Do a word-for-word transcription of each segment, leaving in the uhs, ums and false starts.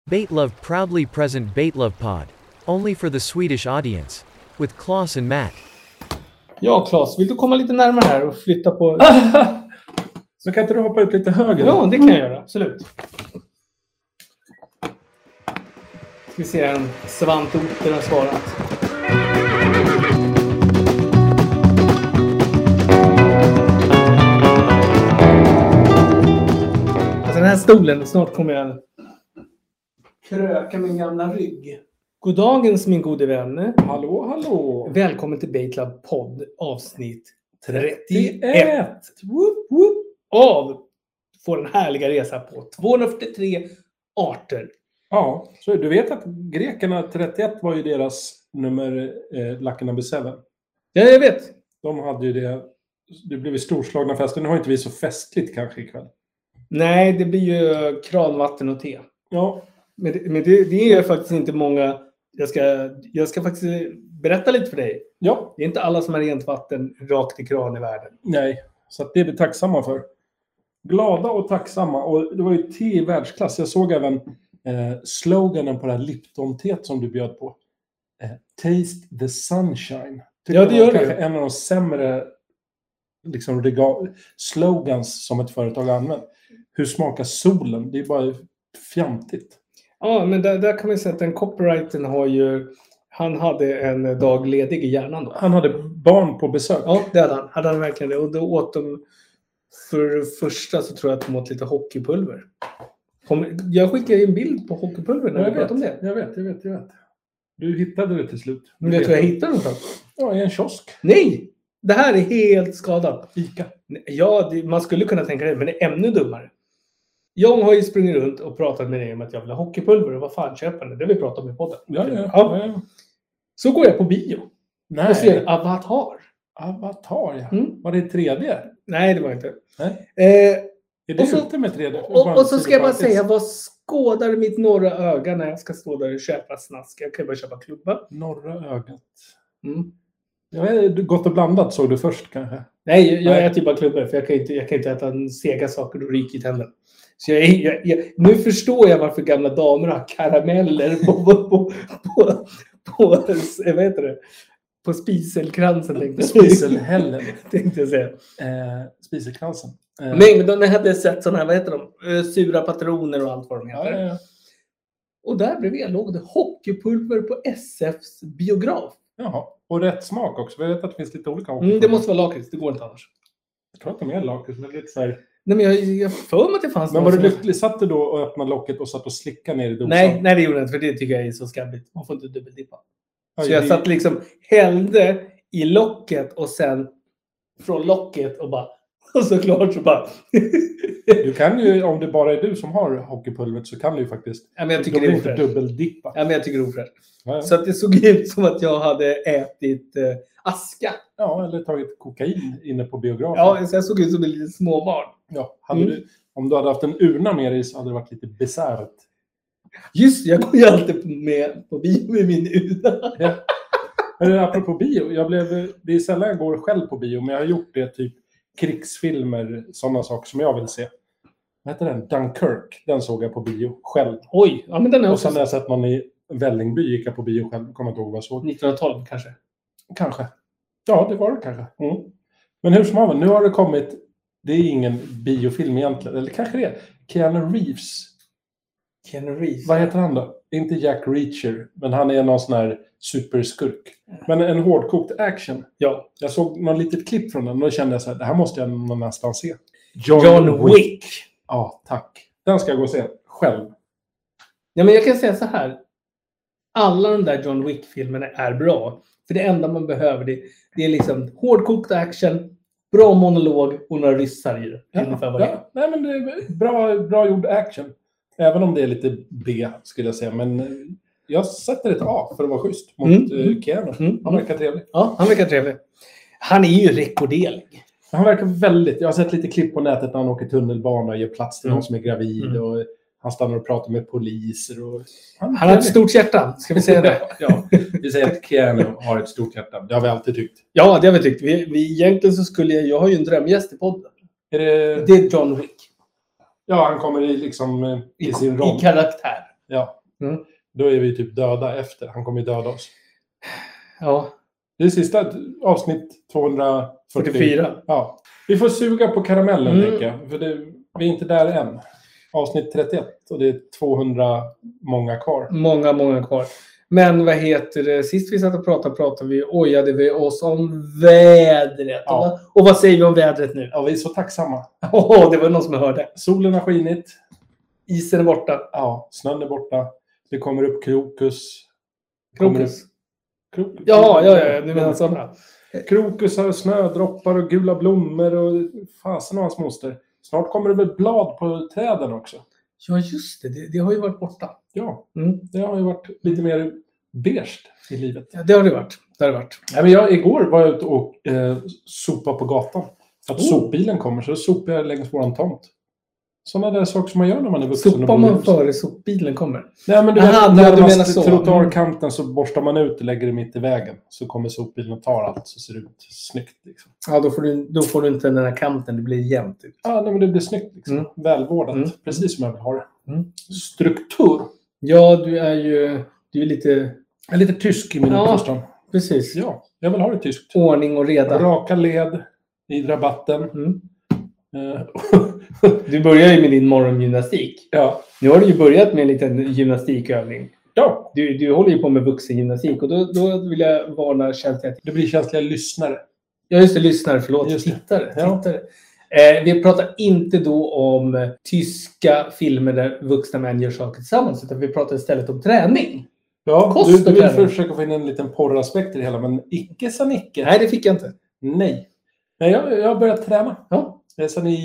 Baitlove proudly present Baitlove Pod. Only for the Swedish audience. With Claes and Matt. Ja, Claes, vill du komma lite närmare här och flytta på... Så kan inte du hoppa ut lite högre? Ja, det kan jag göra. Absolut. Ska vi se här om Svante Otter har svarat. Alltså den här stolen, snart kommer jag kröka min gamla rygg. God dagens min gode vän. Hallå, hallå. Välkommen till Baitlove Podd avsnitt trettioett. trettioett. Woop, woop. Av får en härliga resa på tvåhundrafyrtiotre arter. Ja, så du vet att grekerna trettioett var ju deras nummer eh, Lucky number seven. Ja, jag vet. De hade ju det. Det blev ju storslagna fester. Nu har inte vi så festligt kanske ikväll. Nej, det blir ju kranvatten och te. Ja. Men, det, men det, det är faktiskt inte många... Jag ska, jag ska faktiskt berätta lite för dig. Ja. Det är inte alla som har rent vatten rakt i kran i världen. Nej, så att det är vi tacksamma för. Glada och tacksamma. Och det var ju te i världsklass. Jag såg även eh, sloganen på det här Lipton-teet som du bjöd på. Eh, Taste the sunshine. Tycker Ja, det gör kanske det. En av de sämre liksom, rega- slogans som ett företag har använt. Hur smakar solen? Det är bara fjantigt. Ja, men där, där kan vi säga att den copyrighten har ju... Han hade en dag ledig i hjärnan då. Han hade barn på besök. Ja, det hade han. Hade han verkligen det. Och då åt de... För första så tror jag att de åt lite hockeypulver. Kom, jag skickade en bild på hockeypulver när jag vi pratade om det. Jag vet, jag vet, jag vet. Du hittade det till slut. Men vet du vad jag hittade någonstans? Ja, i en kiosk. Nej! Det här är helt skadat. Ica. Ja, det, man skulle kunna tänka det, men det är ännu dummare. Jag har ju sprungit runt och pratat med dig om att jag vill ha hockeypulver. Och vad fan köper det? Det har vi pratat om i podden. Ja, ja, ja. ja. Så går jag på bio. Nej. Och ser Avatar. Avatar, ja. Mm. Var det tredje? Nej, det var inte. Nej. Eh, Är det och så- ute med tredje? och, och så ska jag bara säga, vad skådar mitt norra öga när jag ska stå där och köpa snask? Jag kan ju bara köpa klubba. Norra ögat. Mm. Jag vet, gott och blandat såg du först kanske. Nej, jag, jag Nej. äter ju bara klubbor för jag kan inte, jag kan inte äta en sega saker och ryker i tänderna. Så jag, jag, jag, nu förstår jag varför gamla damer har karameller på, på, på, på, på vad heter det? På spiselkransen tänkte jag. Spiselhällen. tänkte jag säga. Eh, spiselkransen. Eh, Men, men de hade sett sådana här, vad heter de? Eh, Sura patroner och allt vad de heter. ja, ja, ja. Och där bredvid låg det hockeypulver på S F:s biograf. Jaha. Och rätt smak också. Jag vet att det finns lite olika Mm, det måste vara lakrits, det går inte annars. Jag tror att de är lakrits, men lite så här... Nej, men jag, jag för mig att det fanns Men någon var du som- lycklig? Satt du då och öppnade locket och satt och slickade ner i dosan? Nej, nej, det gjorde jag inte, för det tycker jag är så skabbigt. Man får inte dubbeldippa. Aj, Så jag det- satt liksom, hällde i locket och sen från locket och bara, och såklart så bara. Du kan ju, om det bara är du som har hockeypulvret så kan du ju faktiskt... Ja, men jag tycker Då det är blir inte ofräscht. dubbeldippa. Ja, men jag tycker det är ofräscht. Ja, ja. Så att det såg ut som att jag hade ätit eh, aska. Ja, eller tagit kokain inne på biografen. Ja, så jag såg ut som en liten småbarn. Ja, hade Mm. du, om du hade haft en urna med dig så hade det varit lite bisarrt. Just jag går ju alltid med på bio med min uda. Ja. Men apropå bio, jag blev, det är sällan jag går själv på bio, men jag har gjort det typ krigsfilmer, sådana saker som jag vill se. Vad heter den? Dunkirk, den såg jag på bio själv. Oj, ja men den är Och också sen när jag sett någon i Vällingby gick jag på bio själv, kommer inte ihåg vad jag såg. nittonhundratolv kanske. Kanske. Ja, det var det kanske. Mm. Men hur som helst, nu har det kommit, det är ingen biofilm egentligen, eller kanske det är. Keanu Reeves. Keanu Reeves. Vad heter han då? Inte Jack Reacher, men han är någon sån här superskurk. Men en hårdkokt action. Ja. Jag såg någon litet klipp från den och då kände jag så här, det här måste jag nog nästan se. John, Wick. Ja, tack. Den ska jag gå och se själv. Ja, men jag kan säga så här. Alla de där John Wick-filmerna är bra. För det enda man behöver, det, det är liksom hårdkokt action, bra monolog och några ryssar i det. Ja, Ungefär vad det är. ja. Nej, men det är bra, bra gjord action. Även om det är lite B, skulle jag säga. Men eh, jag sätter ett A för att vara schysst mot Mm, mm. Keanu. Mm, Han verkar trevlig. Ja, han verkar trevlig. Han är ju rekorderlig. Han verkar väldigt... Jag har sett lite klipp på nätet när han åker tunnelbana och ger plats till Mm. någon som är gravid. Mm. Och han stannar och pratar med poliser. Och... Han har ett stort hjärta, ska vi säga det? Ja, vi säger att Keanu har ett stort hjärta. Det har vi alltid tyckt. Ja, det har vi tyckt. Vi, vi, egentligen så skulle jag... Jag har ju en drömgäst i podden. Är det... Det är John Wick. Ja, han kommer i, liksom, eh, i sin roll. I karaktär. Ja. Mm. Då är vi typ döda efter. Han kommer ju döda oss. Ja. Det är sista avsnitt tvåhundrafyrtiofyra. fyrtiofyra. Ja. Vi får suga på karamellen, Mm. tänker jag. För det, vi är inte där än. Avsnitt trettioett. Och det är tvåhundra många kvar. Många, många kvar. Men vad heter det? Sist vi satt och pratade, pratade vi, ojade vi oss om vädret. Ja. Och, vad, och vad säger vi om vädret nu? Ja, vi är så tacksamma. Åh, det var någon som hörde. Solen har skinit. Isen är borta. Ja, snön är borta. Det kommer upp krokus. Det kommer Krokus. upp- Krokus. Ja, ja, ja. Du menar sådana. Krokusar, snödroppar och gula blommor och fasen och hans moster. Snart kommer det väl blad på träden också. Ja, just det. det. Det har ju varit borta. Ja, Mm. det har ju varit lite mer beige i livet. Ja, det har det varit. Det har det varit. Nej, men jag, igår var jag ute och eh, sopade på gatan. För att Oh. sopbilen kommer, så då sopar jag längs våran tomt. Sådana där saker som man gör när man är vuxen. och Sopar bor i man hus. före sopbilen kommer? Nej, men du Aha, vet, ja, du menar närmast så. trottoarkanten så borstar man ut och lägger det mitt i vägen. Så kommer sopbilen och tar allt, så ser det ut snyggt. Liksom. Ja, då får du, då får du inte den här kanten. Det blir jämnt ut. Ja, nej, men det blir snyggt. Liksom. Mm. Välvårdat. Mm. Precis som jag vill ha det. Mm. Struktur. Ja, du är ju du är lite... Jag är lite tysk i min Ja. uppfostran. Precis. Ja, jag vill ha det tyskt. Ordning och reda. Raka led i rabatten. Mm. Eh, Du börjar ju med din morgongymnastik. ja. Nu har du ju börjat med en liten gymnastikövning. ja, Du, du håller ju på med vuxengymnastik och då, då vill jag varna känsliga... det blir känsliga lyssnare. Ja, just det. Lyssnare, förlåt. Just det. Tittare. Ja. tittare. Eh, vi pratar inte då om eh, tyska filmer där vuxna män gör saker tillsammans, utan vi pratar istället om träning. Ja, Kost du, och du vill träning. försöka få in en liten porraspekt i det hela, men icke sa Nicke. Nej, det fick jag inte. Nej. Nej, jag, jag har börjat träna. Ja. Det är sen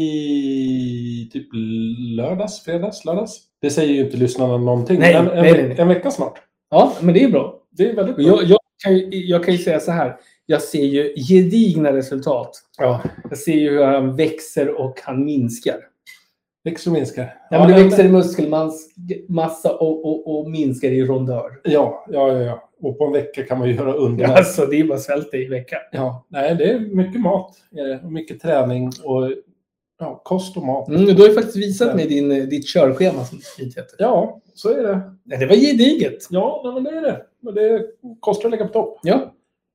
i typ lördags, fredags, lördags. Det säger ju inte lyssnarna någonting. Nej, men en, nej, ve- nej, nej. en vecka snart. Ja, men det är bra. Det är väldigt Och bra. Jag, jag, kan ju, jag kan ju säga så här. Jag ser ju gedigna resultat. Ja, Jag ser ju hur han växer och han minskar. växer och minskar. Ja, men det nej, växer i muskelmassa och, och, och minskar i rondör. Ja, ja, ja, ja. Och på en vecka kan man ju göra under. Ja. Alltså, det är bara svälta i veckan. ja, nej, det är mycket mat. är det. Och mycket träning och ja, kost och mat. Mm, du har ju faktiskt visat mig din, ditt körschema som det heter. Ja, så är det. Nej, det var gediget. Ja, nej, men det är det. Men det kostar att lägga på topp. Ja,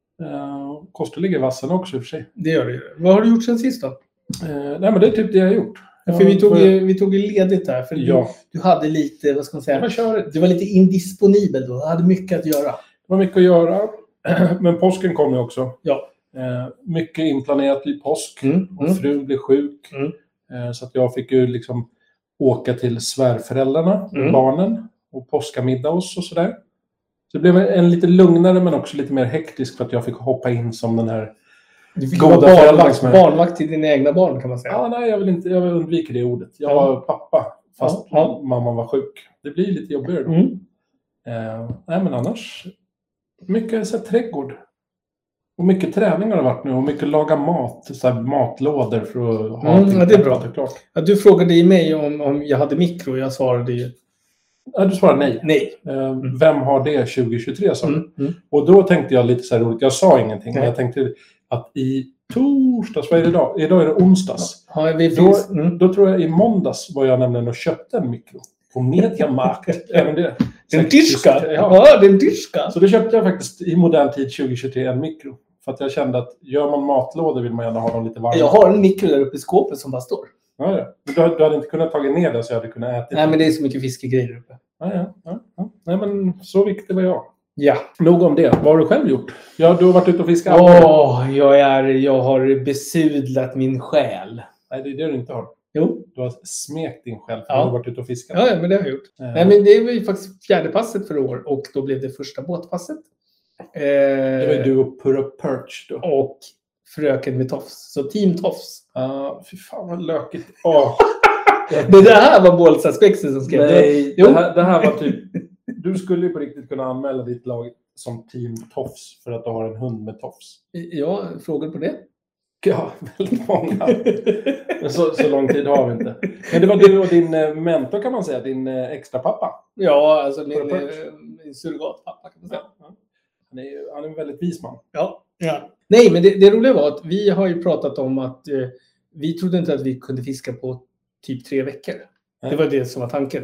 Uh, kostar att ligga i vassen också i och för sig. det gör det ju. Vad har du gjort sen sist då? Uh, nej, men det är typ det jag har gjort. Ja, för vi tog, Får- ju- vi tog ju ledigt där. För Ja. du, du hade lite, vad ska man säga, Jag kör. du var lite indisponibel då. Du hade mycket att göra. Det var mycket att göra. Men påsken kom ju också. Ja. Eh, mycket inplanerat i påsk. Mm, Och mm. frun blev sjuk. Mm. Eh, så att jag fick ju liksom åka till svärföräldrarna med Mm. barnen. Och påskamiddag oss och sådär. Så det blev en lite lugnare men också lite mer hektisk för att jag fick hoppa in som den här... Du fick Goda vara föräldrar barnvakt, som är- barnvakt till dina egna barn kan man säga. Ja, nej, jag vill inte, jag vill undvika det ordet. Jag Ja. var pappa fast Ja, ja. mamman var sjuk. Det blir lite jobbigare då. Mm. Eh, nej, men annars mycket så här, trädgård. Och mycket träning har det varit nu. Och mycket laga mat. Så här, matlådor för att ha Mm, allting ja, det är bra. preppat och klart. Ja, du frågade ju mig om, om jag hade mikro. Jag svarade ju Ja, du svarar nej. nej. Eh, vem har det tjugohundratjugotre? Sa du? Mm. Mm. Och då tänkte jag lite så här roligt. Jag sa ingenting. Men Nej. jag tänkte att i torsdags, vad är det idag? Idag är det onsdags. Ja, vi Då, finns, mm. då tror jag i måndags var jag nämligen och köpte en mikro. På Mediamarkt. Även det. Den Säkert tyska. tysk. Ja. Ja, den tyska. Så då köpte jag faktiskt i modern tid tjugohundratjugotre en mikro. För att jag kände att gör man matlådor vill man gärna ha dem lite varma. Jag har en mikro där uppe i skåpet som bara står. Ja, ja. Men Du, du hade inte kunnat tagit ner den så jag hade kunnat äta. Nej, men det är så mycket fiskegrejer där uppe. Ja, ja, ja, ja. Nej, men så viktig var jag. Ja. Nog om det. Vad har du själv gjort? Ja, du har varit ute och fiskat. Åh, jag, är, jag har besudlat min själ. Nej, det är det du inte har. Jo. Du har smekt din själv för Ja. du har varit ute och fiskat. Ja, ja, men det har jag gjort. Eh, Nej, men det var ju faktiskt fjärde passet för år och då blev det första båtpasset. Eh, Det var ju du och Purra Perch då. Och fröken med tofs. Så team tofs. Ja, fy fan vad lökigt. Åh. Det där här var Bålstadspexen som skrev det. Nej, Jo. det här, det här var typ... Du skulle ju på riktigt kunna anmäla ditt lag som team tofs för att du har en hund med tofs. Ja, frågor på det? Ja, väldigt många. Men så, så lång tid har vi inte. Men det var du och din eh, mentor kan man säga, din eh, extra pappa. Ja, alltså min, Purra Perch. eh, min surrogatpappa kan man säga. Ja, ja. Han, är, ju- han är en väldigt vis man. Ja. ja. Nej, men det, det roliga var att vi har ju pratat om att eh, vi trodde inte att vi kunde fiska på typ tre veckor. Nej. Det var det som var tanken.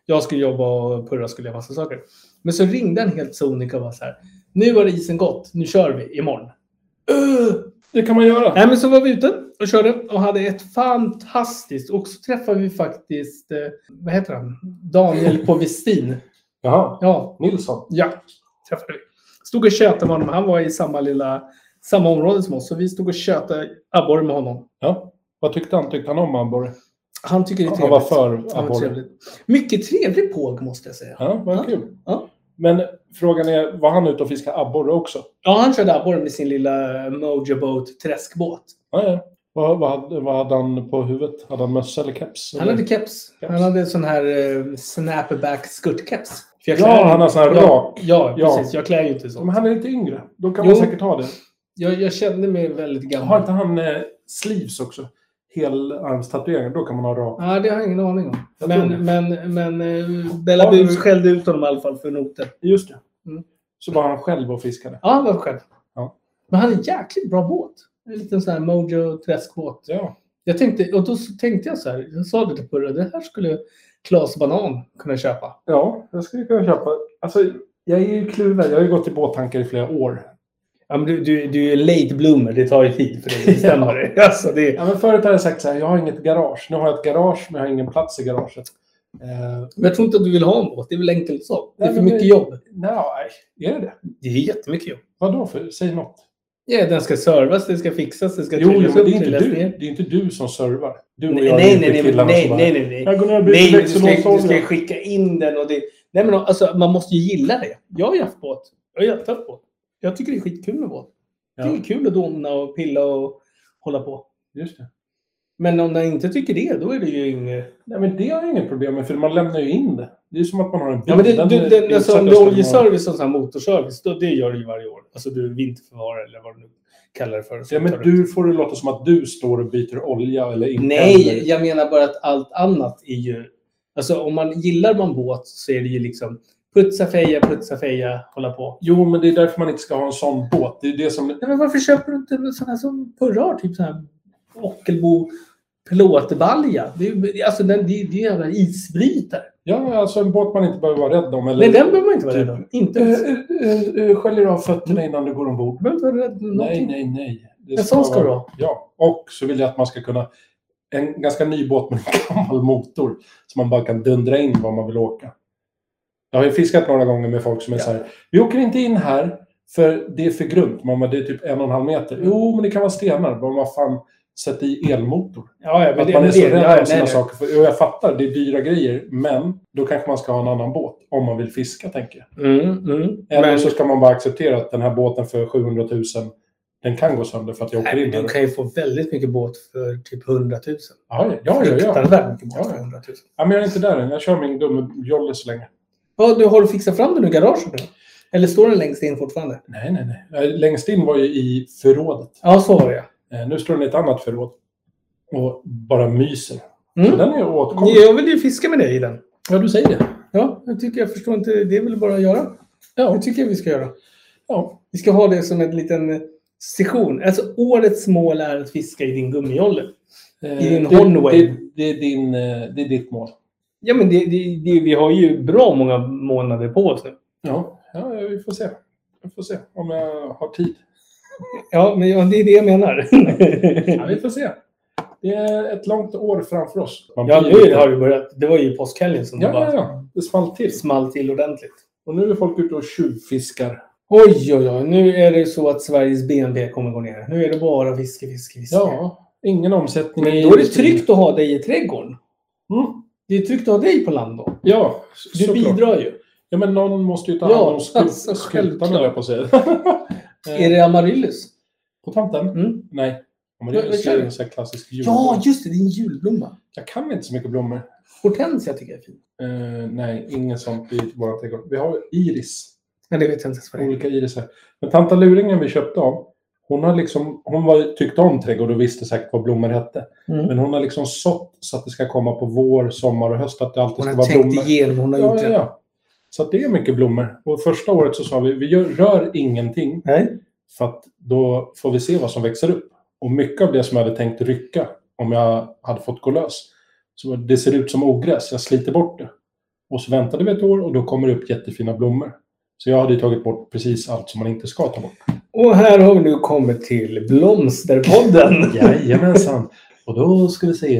Jag skulle jobba och Purra skulle göra massa saker. Men så ringde han helt sonika och var så här. Nu har isen gått, nu kör vi imorgon. Uh! Det kan man göra. Nej, men så var vi ute och körde och hade ett fantastiskt. Och så träffade vi faktiskt, eh, vad heter han? Daniel på Westin. Jaha, Ja, Nilsson. ja, träffade vi. Stod och tjötade med honom. Han var i samma lilla, samma område som oss. Så vi stod och tjötade abborre med honom. Ja, vad tyckte han? Tyckte han om abborre? Han tycker det är Han var trevligt. för Han var abborre. trevligt. Mycket trevlig påg måste jag säga. Ja, vad Ja. kul. Ja. Men frågan är, var han ute och fiskade abborre också? Ja, han körde abborre med sin lilla Mojo Boat träskbåt. Ja, ja. Vad, vad, hade, vad hade han på huvudet? Hade han mössa eller keps? Han eller? hade keps. Han hade en sån här eh, snapback skirtkeps. För jag Ja, klär- han har sån här ja, rak. Ja, Ja. precis. Jag klär ju inte så. Men han är lite yngre. Då kan Jo. man säkert ha det. Jag, jag kände mig väldigt gammal. Har inte han eh, sleeves också? Helarmstatueringar, då kan man ha rak. Ja, det har jag ingen aning om. Jag tror Men, men, men eh, Bella Har du- Bus skällde ut honom i alla fall för noter. Just det. Mm. Så var han själv och fiskade. Ja, han var själv. Ja. Men han är en jäkligt bra båt. En liten sån här Mojo träskbåt. Ja. Jag tänkte, och då tänkte jag så här. Jag sa det till Purra. Det här skulle Claes Banan kunna köpa. Ja, jag skulle kunna köpa. Alltså, jag är ju kluven. Jag har ju gått i båttankar i flera år. Ja, men du, du, du är late bloomer. Det tar ju tid för dig att bestämma dig. Alltså, det, Ja, men förut har jag sagt så här, jag har inget garage. Nu har jag ett garage, men jag har ingen plats i garaget. Eh, men jag tror inte att du vill ha en båt. Det är väl enkelt så. Det är Nej, för men mycket det- jobb. nej, är det det? Det är jättemycket jobb. Vadå för? Säg något. Ja, den ska servas, det ska fixas, det ska Jo, jo, trillas men upp, det är inte trillas du. ner. Det är inte du som servar. Du och Nej, jag nej, är nej, nej, killarna nej, som bara, nej, nej, nej. Jag går ner och Nej, byter men du ska, du ska växellådsolja. skicka in den och det... Nej, men alltså, man måste ju gilla det. Jag har ju haft båt. Jag har jättehaft båt. Jag tycker det är skitkul med båt. Det Ja, är kul att dona och pilla och hålla på. just det. Men om den inte tycker det, då är det ju inget... Nej, men det har jag inget problem med, för man lämnar ju in det. Det är som att man har en bil. Ja, men det, Den du, är den, alltså, om insatt det är och ska man- oljeservice och sån här motorservice, då, det gör du ju varje år. Alltså du vinterförvarar eller vad du nu kallar det för. Så Ja, men tar du får det låta som att du står och byter olja eller inte. Nej, Eller... jag menar bara att allt annat är ju... Alltså om man gillar man båt så är det ju liksom putsa feja, putsa feja, hålla på. Jo, men det är därför man inte ska ha en sån båt. Det är det som... Nej, men varför köper du inte sådana här som Purra har? Typ så här Ockelbo plåtbalja. Det är, ju- alltså den, det, är- det är en jävla isbrytare. Ja, alltså en båt man inte behöver vara rädd om. Eller... Nej, den behöver man inte vara typ- rädd om. Inte. Eh, ens. eh, eh, Sköljer av fötterna innan du går ombord. Du behöver inte vara rädd om Nej, någonting. nej, nej. Det En sån ska du ha. Ja, och så vill jag att man ska kunna... En ganska ny båt med en gammal motor. Så man bara kan dundra in var man vill åka. Jag har ju fiskat några gånger med folk som är Ja. så här. Vi åker inte in här för det är för grunt. Mamma, det är typ en och en halv meter. Jo, men det kan vara stenar. Bara man fan sätter i elmotor. Ja, ja, men Att det, man är men så det, rädd ja, om sina nej, nej. saker. För, och jag fattar, det är dyra grejer. Men då kanske man ska ha en annan båt. Om man vill fiska, tänker jag. Mm, mm. Eller Men, så ska man bara acceptera att den här båten för sjuhundratusen, den kan gå sönder för att jag åker nej, in men här. du kan ju få väldigt mycket båt för typ hundratusen. Ja, ja, ja. ja. Fruktansvärt mycket båt Ja, för ja. hundratusen. Ja, men jag är inte där än. Jag kör min dumme jolle så länge. Ja, du har du fixat fram den ur garaget nu? Eller står den längst in fortfarande? Nej, nej, nej. Jag- Längst in var ju i förrådet. Ja, så var det. Eh, nu står den i ett annat förråd. Och bara myser. Så Mm. den är åtkomlig. Jag vill ju fiska med dig i den. Ja, du säger det. Ja, jag tycker jag förstår inte. Det är väl bara att göra. Ja. Det tycker jag vi ska göra. Ja. Vi ska ha det som en liten session. Alltså årets mål är att fiska i din gummijolle. Eh, I din det, Hornway. det, det, är din, eh, det är ditt mål. Ja, men det, det, det, vi har ju bra många månader på oss nu. Ja, ja vi får se. Vi får se om jag har tid. Ja, men ja, det är det jag menar. Ja, vi får se. Det är ett långt år framför oss. Man Ja, blir nu lite- har det börjat. Det var ju påskhelgen som det Ja, bara ja, ja. Det small till. small till ordentligt. Och nu är folk ute och tjuvfiskar. Oj, oj, oj. Nu är det så att Sveriges B N P kommer gå ner. Nu är det bara fiske, fiske, fiske. Ja, ingen omsättning. Men i då är det industrin. tryggt att ha dig i trädgården. Mm. Det är tryggt att ha dig på land då. Ja, Du såklart. bidrar ju. Ja, men någon måste ju ta Ja, hand om skul- alltså, skultarna, självklart. höll jag på att säga. Är det amaryllis? På tanten? Mm. Nej. Men Ja, det vad kör är du? en sån här klassisk julblomma. Ja, just det. Det är en julblomma. Jag kan inte så mycket blommor. Hortensia tycker jag är fin. Eh, nej, ingen sånt i våra trädgård. Vi har iris. Men det vet jag inte ens vad det är. Olika irisar. Men tanta Luringen vi köpte av, hon har liksom, hon var, tyckte om trädgård och visste säkert vad blommor hette. Mm. Men hon har liksom sått så att det ska komma på vår, sommar och höst. Att det alltid Hon ska har vara tänkt blommor. igenom. Hon har Ja, gjort ja, det. ja. Så att det är mycket blommor. Och första året så sa vi, vi gör, rör ingenting. Nej. För att då får vi se vad som växer upp. Och mycket av det som jag hade tänkt rycka, om jag hade fått gå lös, så det ser ut som ogräs. Jag sliter bort det. Och så väntade vi ett år och då kommer det upp jättefina blommor. Så jag hade ju tagit bort precis allt som man inte ska ta bort. Och här har vi nu kommit till Blomsterpodden. Jajamensan. Och då ska vi se.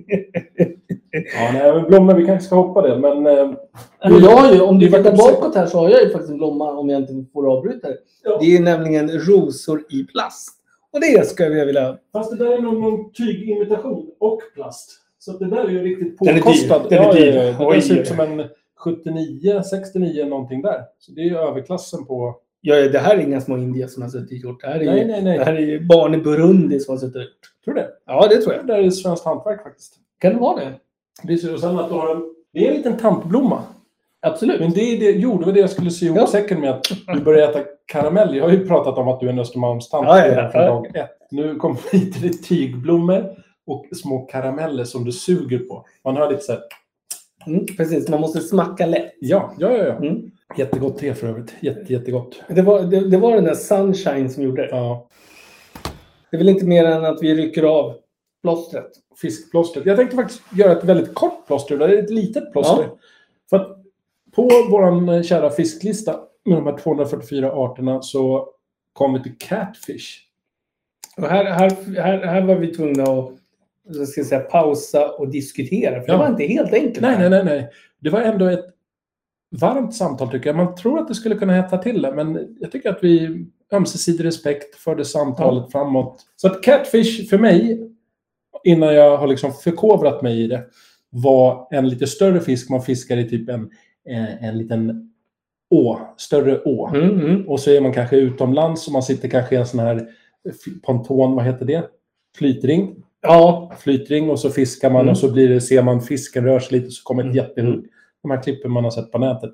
Ja, nej, men blommor, vi kanske ska hoppa det, men... Eh, Men jag har ju, om du det var tittar kanske- bakåt här så har jag ju faktiskt en blomma om jag inte får avbryta det. Ja. Det är nämligen rosor i plast. Och det ska jag vilja... Fast det där är någon, någon tygimitation och plast. Så det där är ju riktigt Den är dyr. påkostad. Den är Ja, dyr. ja, ja. Det Oj, ser oj. ut som en sjuttionio, sextionio någonting där. Så det är ju överklassen på... Ja, det här är inga små indier som har suttit och gjort. Det här är, Nej, ju, nej, nej. Det här är ju barn i Burundi som har suttit och gjort. Tror du det? Ja, det tror jag. Det där är svenskt hantverk faktiskt. Kan det vara det? Det ser ut som att du har en... Det är en liten tampblomma. Absolut. Men det är det, jo, det var det jag skulle sy ihop Ja. säcken med, att du börjar äta karamell. Jag har ju pratat om att du är en Östermalmstant Ja, ja, ja. från dag ett. Nu kommer vi till det tygblommor och små karameller som du suger på. Man hör lite så här, Mm, precis, man måste smacka lätt. ja, ja, ja. ja. Mm. Jättegott te för övrigt. Jätte, jättegott. Det var, det, det var den där Sunshine som gjorde det. Ja. Det är väl inte mer än att vi rycker av plåstret. Fiskplåstret. Jag tänkte faktiskt göra ett väldigt kort plåster. Det är ett litet plåster. Ja. För att på vår kära fisklista med de här tvåhundrafyrtiofyra arterna så kom vi till catfish. Och här, här, här, här var vi tvungna att så ska jag säga, pausa och diskutera. För Ja. det var inte helt enkelt. Nej, här. nej, nej, nej. Det var ändå ett varmt samtal tycker jag. Man tror att det skulle kunna hetta till det, men jag tycker att vi ömsesidig respekt förde samtalet framåt. Så att catfish för mig, innan jag har liksom förkovrat mig i det, var en lite större fisk. Man fiskar i typ en, en, en liten å, större å. Mm, mm. Och så är man kanske utomlands och man sitter kanske i en sån här ponton, vad heter det? Flytring. Ja, Flytring och så fiskar man Mm. och så blir det, ser man fisken rör sig lite och så kommer ett Mm. jättehugg. De här klippen man har sett på nätet.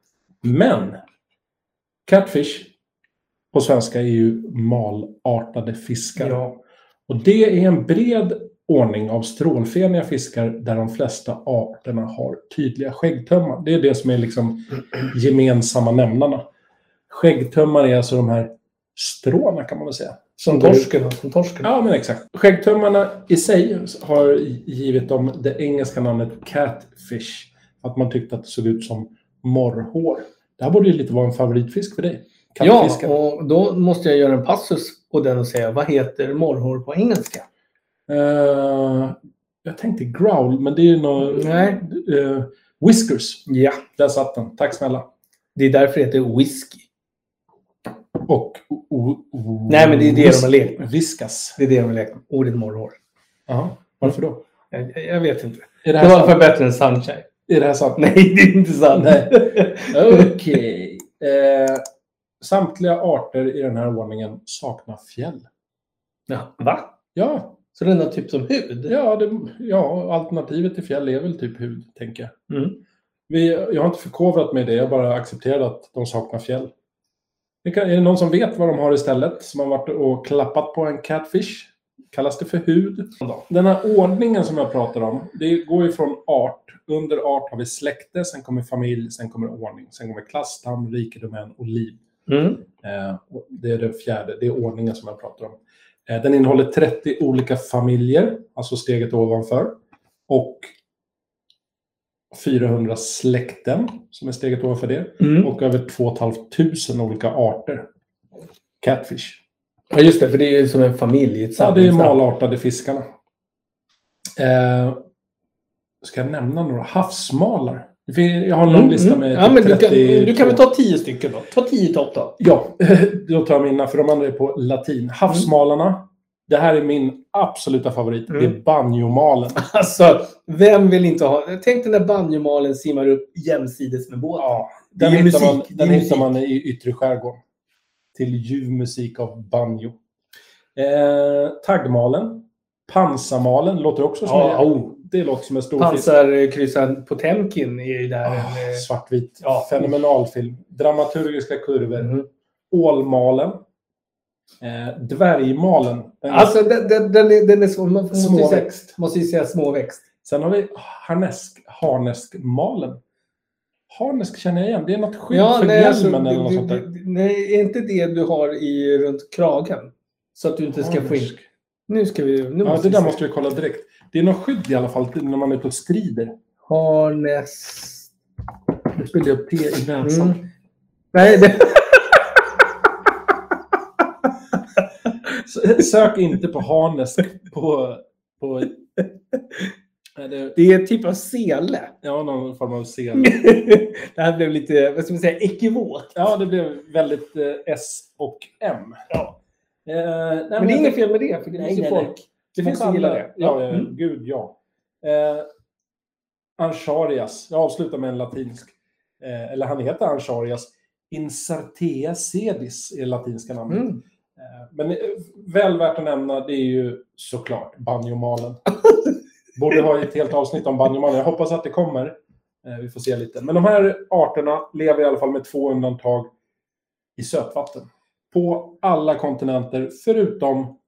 Men catfish på svenska är ju malartade fiskar. ja. Och det är en bred ordning av strålfeniga fiskar där de flesta arterna har tydliga skäggtömmar. Det är det som är liksom gemensamma nämnarna. Skäggtömmar är alltså de här stråna kan man väl säga. Som går ut- torsken. Som torsken. Ja, men exakt. Skäggtömmarna i sig har givit dem det engelska namnet catfish. Att man tyckte att det såg ut som morrhår. Det här borde ju lite vara en favoritfisk för dig. Ja, Kattfisken. och då måste jag göra en passus på den och säga, vad heter morrhår på engelska? Eh, jag tänkte growl, men det är ju något... Nej. eh, whiskers. Ja, Där satt den. Tack snälla. det är därför det heter whisky. Och... o- o- o- Nej, men det är det de har lekt med. Viskas. Det är det de vill leka med. Ordet morrhår. Jaha. Varför då? Jag, jag vet inte. Är det Det här var sant? för bättre än sunshine. Är det här sant? Nej, det är inte sant. Nej. Okej. Eh, samtliga arter i den här ordningen saknar fjäll. Ja, va? Ja, Så den har typ som hud? ja, det, ja, alternativet till fjäll är väl typ hud, tänker jag. Mm. Vi, jag har inte förkovrat mig i det, jag bara accepterar att de saknar fjäll. Det kan, är det någon som vet vad de har istället? Som har varit och klappat på en catfish? Kallas det för hud? Den här ordningen som jag pratar om, det går ju från art. Under art har vi släkte, sen kommer familj, sen kommer ordning. Sen kommer klass, stam, rikedomän och liv. Mm. Eh, och det är det fjärde, det är ordningen som jag pratar om. Eh, den innehåller trettio olika familjer, alltså steget ovanför. Och fyrahundra släkten, som är steget ovanför det. Mm. Och över två och ett halvt tusen olika arter. Catfish. Ja, just det, för det är ju som en familj. Ett Ja, det är samlingsnamn. malartade fiskarna. Eh, ska jag nämna några? Havsmalar. Jag har en lång Mm, lista mm. med Ja, men du kan, trettio du kan väl ta tio stycken då? Ta tio topp då. Ja, då tar jag mina, för de andra är på latin. Havsmalarna. Det här är min absoluta favorit. Mm. Det är banjomalen. Alltså, vem vill inte ha... Tänk dig när banjomalen simmar upp jämsides med båten. Ja, Det är den musik, hittar man, det är den musik. hittar man i yttre skärgården. Till ljuv musik av banjo. Eh, taggmalen. Pansarmalen låter också som Ja, en, oh. det låter som en stor fisk. Pansarkryssaren Potemkin är ju där. Ah, en, eh, svartvit. Ja. Fenomenal film. Dramaturgiska kurvor. Mhm. Ålmalen. Eh, dvärgmalen. Den är Alltså, den, den, den, är, den är svår. Man måste ju säga, småväxt. måste ju säga småväxt. Sen har vi harnesk, harneskmalen. Harnesk känner jag igen. Det är något skydd Ja, för nej, hjälmen alltså, eller något du, sånt där. du, nej, är inte det du har i runt kragen? Så att du inte ska få in... Harnesk. Nu ska vi... Nu Ja, måste det där vi se. måste vi kolla direkt. Det är något skydd i alla fall när man är ute och strider. Harness... Nu spiller jag te i näsan. Mm. Nej, det... Sök inte på harnesk på... på är det... det är typ av sele. Ja, någon form av sele. Det här blev lite, vad ska man säga, ekivokt. Ja, det blev väldigt eh, S och M. Ja. Eh, nej, Men det är inget fel med det, för det nej, finns ju nej, folk. nej. Det finns som gillar det. Ja, ja Mm. gud ja. Eh, Ancharias. Jag avslutar med en latinsk. Eh, eller han heter Ancharias. Incertea sedis är latinska namnet. Mm. Eh, men eh, väl värt att nämna, det är ju såklart banjomalen. Borde ha ett helt avsnitt om banjomalen. Jag hoppas att det kommer. Eh, vi får se lite. Men de här arterna lever i alla fall med två undantag i sötvatten. På alla kontinenter förutom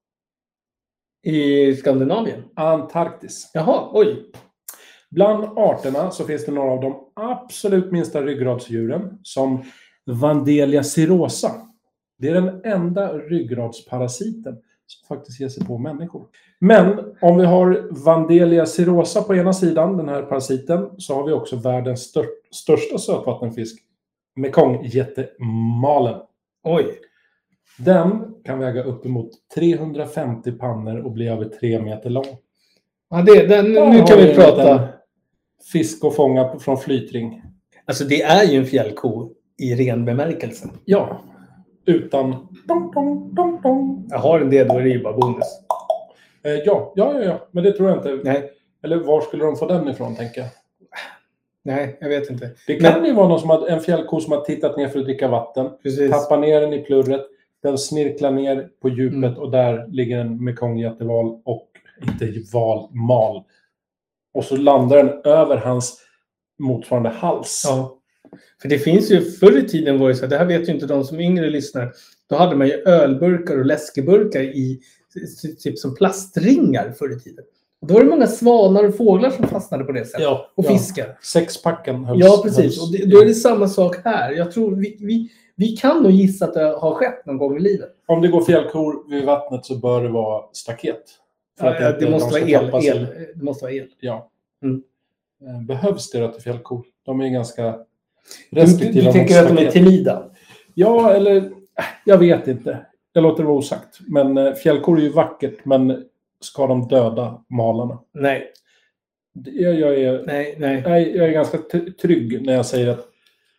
I Skandinavien? Antarktis. Jaha, oj. Bland arterna så finns det några av de absolut minsta ryggradsdjuren som Vandelia cirrhosa. Det är den enda ryggradsparasiten som faktiskt ger sig på människor. Men om vi har Vandelia cirrhosa på ena sidan, den här parasiten, så har vi också världens stör- största sötvattenfisk, Mekongjättemalen. Oj. Den kan väga uppemot trehundrafemtio pannor och bli över tre meter lång. Ja, det, den, Ja, nu har kan vi en prata. liten fisk att fånga från flytring. Alltså det är ju en fjällko i ren bemärkelse. Ja, utan... Dong, dong, dong, dong. Jag har en del, då är det ju bara bonus. Eh, ja, ja, ja, ja, men det tror jag inte. Nej, Eller var skulle de få den ifrån, tänker jag. nej, jag vet inte. Det kan Men- ju vara någon som har, en fjällko som har tittat ner för att dricka vatten. Precis. Tappar ner den i plurret. Den snirklar ner på djupet Mm. och där ligger en mekongjätteval och inte val, mal. Och så landar den över hans motsvarande hals. Ja. För det finns ju, förr i tiden var det så här, det här vet ju inte de som yngre lyssnar. Då hade man ju ölburkar och läskeburkar i typ som plastringar förr i tiden. Och då var det många svanar och fåglar som fastnade på det sättet. Ja, Och ja. fiskar. Sexpacken hölls. Ja, precis. hölls- Och det, då är det samma sak här. Jag tror vi, vi, vi kan nog gissa att det har skett någon gång i livet. Om det går fjällkor vid vattnet så bör det vara staket. För att Ja, inte det, måste de vara ska el, tappa sig. el. det måste vara el. Ja. Mm. Eh, Behövs det då till fjällkor? De är ganska Du, du, restriktiva du mot tänker att de är staket. timida? Ja, eller äh, jag vet inte. Jag låter det vara osagt. Men eh, fjällkor är ju vackert, men ska de döda malarna? Nej, Det- Jag, jag, är, nej, nej. jag, jag är ganska t- trygg när jag säger att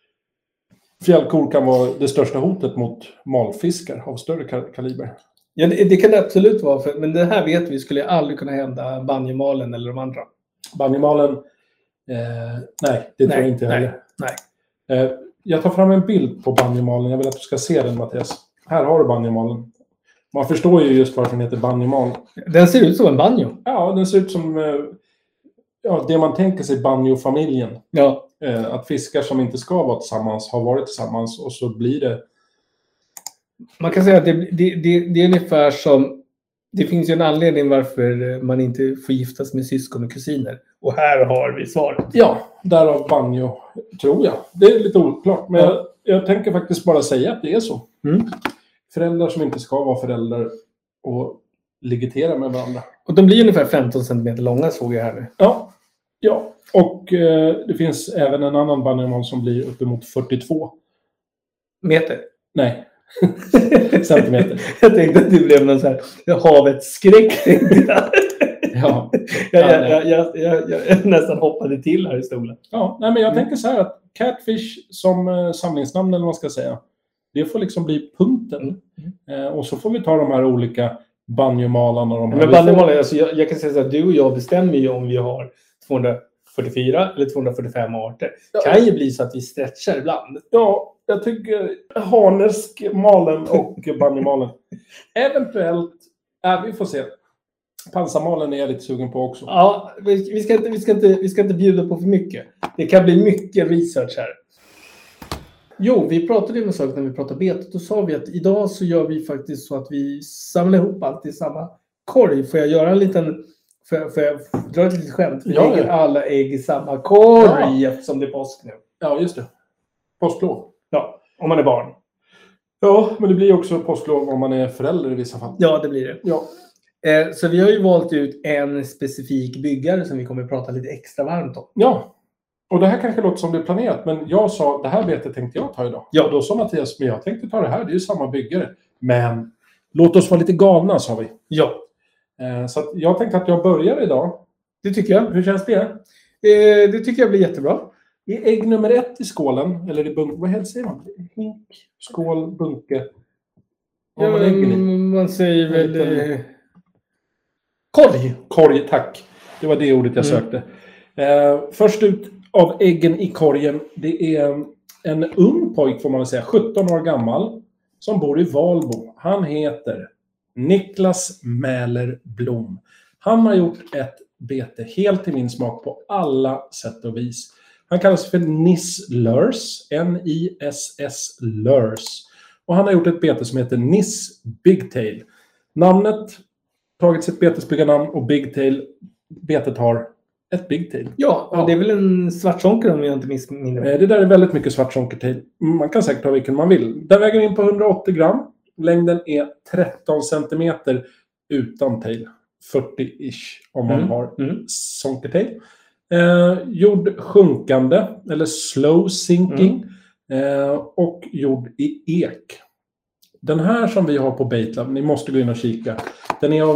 fjällkor kan vara det största hotet mot malfiskar av större ka- kaliber. Ja, det, det kan det absolut vara. För, men det här vet vi skulle aldrig kunna hända banjemalen eller de andra. Banjemalen, eh, nej, det tror Nej, jag inte nej, heller. nej. Eh, jag tar fram en bild på banjemalen. Jag vill att du ska se den, Mattias. Här har du banjemalen. Man förstår ju just varför den heter banjemal. Den ser ut som en banjo. Ja, den ser ut som eh, ja, det man tänker sig banjofamiljen. Ja, Eh, att fiskar som inte ska vara tillsammans har varit tillsammans och så blir det... man kan säga att det, det, det, det är ungefär som... Det finns ju en anledning varför man inte får giftas med syskon och kusiner. Och här har vi svaret. Ja, därav banjo, tror jag. Det är lite oklart, men Ja. jag, jag tänker faktiskt bara säga att det är så. Mm. Föräldrar som inte ska vara föräldrar och legitera med varandra. Och de blir ungefär femton centimeter långa, såg jag här nu. Ja, ja. Och eh, det finns även en annan banjomal som blir uppemot fyrtiotvå. Meter. Nej, centimeter. Jag tänkte att det blev någon så här havets skräck. tänkte jag. Ja, jag, jag, jag, jag, jag, jag nästan hoppade till här i stolen. ja nej, men jag Mm. tänker så här att Catfish som eh, samlingsnamn eller vad man ska säga. Det får liksom bli punkten. Mm. Eh, och så får vi ta de här olika banjomalarna. De här. Men Vi får- banjomaler, alltså jag, jag kan säga så att du och jag bestämmer ju om vi har tvåhundrafyrtiofyra eller tvåhundrafyrtiofem arter. Ja. Det kan ju bli så att vi stretchar ibland. Ja, jag tycker harneskmalen och banjomalen. Eventuellt, äh, vi får se. Pansarmalen är jag lite sugen på också. Ja, vi, vi, ska inte, vi, ska inte, vi ska inte bjuda på för mycket. Det kan bli mycket research här. Jo, vi pratade ju om en sak när vi pratade betet. Då sa vi att idag så gör vi faktiskt så att vi samlar ihop allt i samma korg. Får jag göra en liten... Får jag, får jag dra ett litet skämt? Vi Ja, lägger ja. alla ägg i samma korg Ja. eftersom det är påsk nu. Ja, just det. Påsklov. Ja, om man är barn. Ja, men det blir också påsklov om man är förälder i vissa fall. Ja, det blir det. Ja. Eh, så vi har ju valt ut en specifik byggare som vi kommer att prata lite extra varmt om. Ja. Och det här kanske låter som det är planerat, men jag sa det här betet tänkte jag ta idag. Ja. Och då sa Mattias, men jag tänkte ta det här, det är ju samma byggare. Men låt oss vara lite galna, sa vi. Ja, Eh, så att jag tänkte att jag börjar idag. det tycker jag. Hur känns det? Eh, det tycker jag blir jättebra. I ägg nummer ett i skålen, eller i bunk, vad helst säger man? Hink, skål, bunke. Vad har man äggen i? man säger En väl... liten- Eh, korg. Korg, tack. Det var det ordet jag Mm. sökte. Eh, först ut av äggen i korgen, det är en ung pojk får man väl säga, sjutton år gammal, som bor i Valbo. Han heter Niklas Mäler Blom. Han har gjort ett bete helt i min smak på alla sätt och vis. Han kallas för Nis Lurs, N I S S Lurs. Och han har gjort ett bete som heter Nis Bigtail. Namnet, tagit sitt betesbyggarnamn, och Bigtail, betet har ett Bigtail. Ja, och Ja. det är väl en svartsonker om jag inte missminner mig. Eh, Det där är väldigt mycket svartsonkertail. Man kan säkert ta vilken man vill. Den väger in på hundraåttio gram. Längden är tretton centimeter utan tail. fyrtio-ish om man Mm. har Mm. sonkertail. Eh, gjord sjunkande, eller slow sinking. Eh, och gjord i ek. Den här som vi har på Baitlab, ni måste gå in och kika. Den är av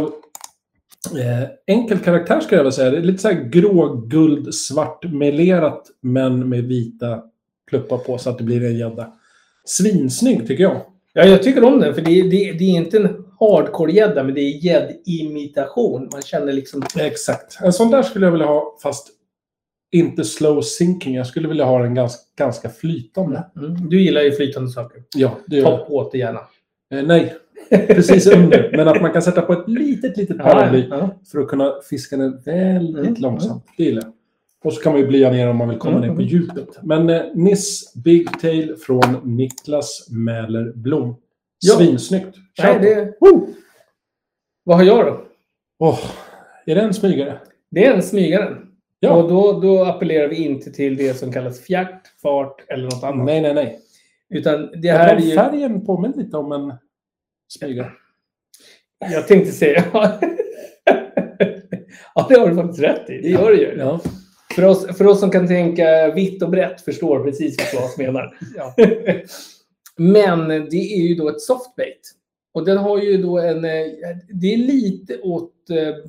eh, enkel karaktär skulle jag vilja säga. Det är lite så här grå, guld, svart melerat, men med vita pluppar på så att det blir en gädda. Svinsnygg tycker jag. Ja, jag tycker om den, för det, det, det är inte en hardcore-gädda, men det är gäddimitation. Man känner liksom... Exakt. En sån där skulle jag vilja ha, fast inte slow sinking. Jag skulle vilja ha den ganska, ganska flytande. Mm. Du gillar ju flytande saker. Ja, det gör jag. Topp åt det gärna. Eh, nej, precis under. Men att man kan sätta på ett litet, litet paraply Ja, ja. för att kunna fiska den väldigt Mm, långsamt. Det gillar jag. Och så kan man ju blya ner om man vill komma Mm, ner på mm. djupet. Men eh, Nis Bigtail från Niklas Mäler Blom. Ja. Svinsnyggt. Nej, Shout det... Woo! Vad har jag då? Åh, är det en smygare? Det är en smygare. Ja. Och då, då appellerar vi inte till det som kallas fjärt, fart eller något annat. Nej, nej, nej. Utan det Jag här är tror ju... färgen påminner lite om en smygare. Jag tänkte säga... Ja, det har du faktiskt rätt i. Det gör det ju. Ja. För oss, för oss som kan tänka vitt och brett förstår precis vad Claes menar. Ja. Men det är ju då ett softbait. Och den har ju då en... eh, Det är lite åt eh,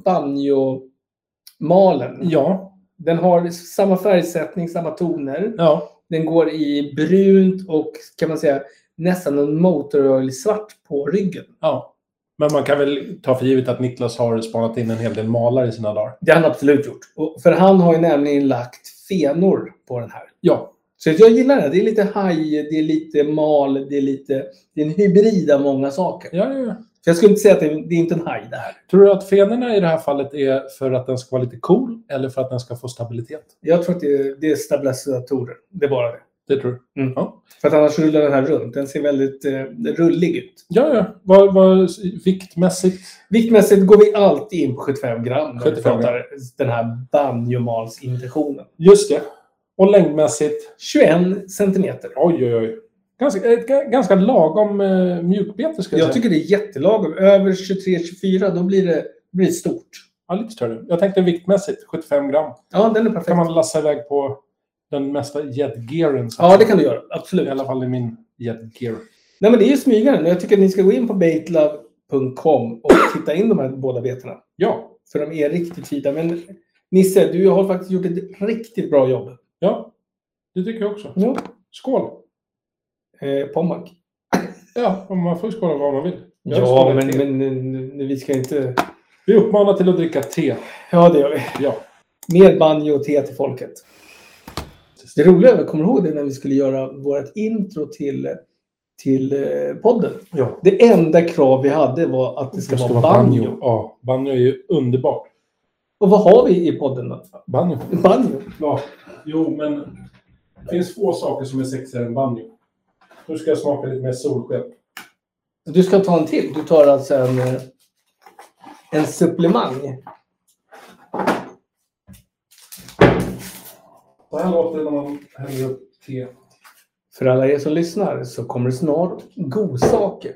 banjo-malen. Ja. Den har samma färgsättning, samma toner. Ja. Den går i brunt och kan man säga nästan en motor svart på ryggen. Ja. Men man kan väl ta för givet att Niklas har spanat in en hel del malar i sina dagar. Det har han absolut gjort. Och för han har ju nämligen lagt fenor på den här. Ja. Så jag gillar det. Det är lite haj, det är lite mal, det är lite... Det är en hybrid av många saker. Ja, ja, ja. Så jag skulle inte säga att det är, det är inte en haj det här. Tror du att fenorna i det här fallet är för att den ska vara lite cool eller för att den ska få stabilitet? Jag tror att det är, det är stabilisatorer. Det är bara det. Det tror du? Mm. Ja. För att annars rullar den här runt. Den ser väldigt eh, rullig ut. Ja, ja. Vad, vad, viktmässigt? Viktmässigt går vi alltid in på sjuttiofem gram. När vi sjuttiofem gram. pratar den här banjomalsintentionen. Just det. Och längdmässigt? tjugoen centimeter. Oj, oj, oj. Ganska, ett ga- ganska lagom eh, mjukbete ska jag, Jag säga. tycker det är jättelagom. Över tjugotre tjugofyra då blir det, blir det stort. Ja, lite större. Jag tänkte viktmässigt, sjuttiofem gram. Ja, den är perfekt. Kan man lassa iväg på den mesta jetgearen? så att Ja, säga. det kan du göra. Absolut. I alla fall i min jetgear. Nej, men det är ju smygaren. Jag tycker att ni ska gå in på baitlove punkt com och titta in de här båda betena. Ja, För de är riktigt fina. Men Nisse, du har faktiskt gjort ett riktigt bra jobb. ja. Det tycker jag också. Ja. Skål! Eh, Pommac. Ja, man får skåla vad man vill. Jag Ja, skålar men, te. men, men vi ska inte... Vi uppmanar till att dricka te. Ja, det gör vi. Ja. Mer banjo och te till folket. Det roliga är, jag kommer ihåg det när vi skulle göra vårt intro till, till eh, podden. Ja. Det enda krav vi hade var att det ska, vara banjo. Ja, banjo är ju underbart. Och vad har vi i podden då? Banjo. Banjo. Ja. Jo, men det finns få saker som är sexigare än banjo. Nu ska jag smaka lite mer solsken. Du ska ta en till. Du tar alltså en, eh, en supplemang. Så här låter det när man häller upp te. För alla er som lyssnar så kommer det snart godsaker.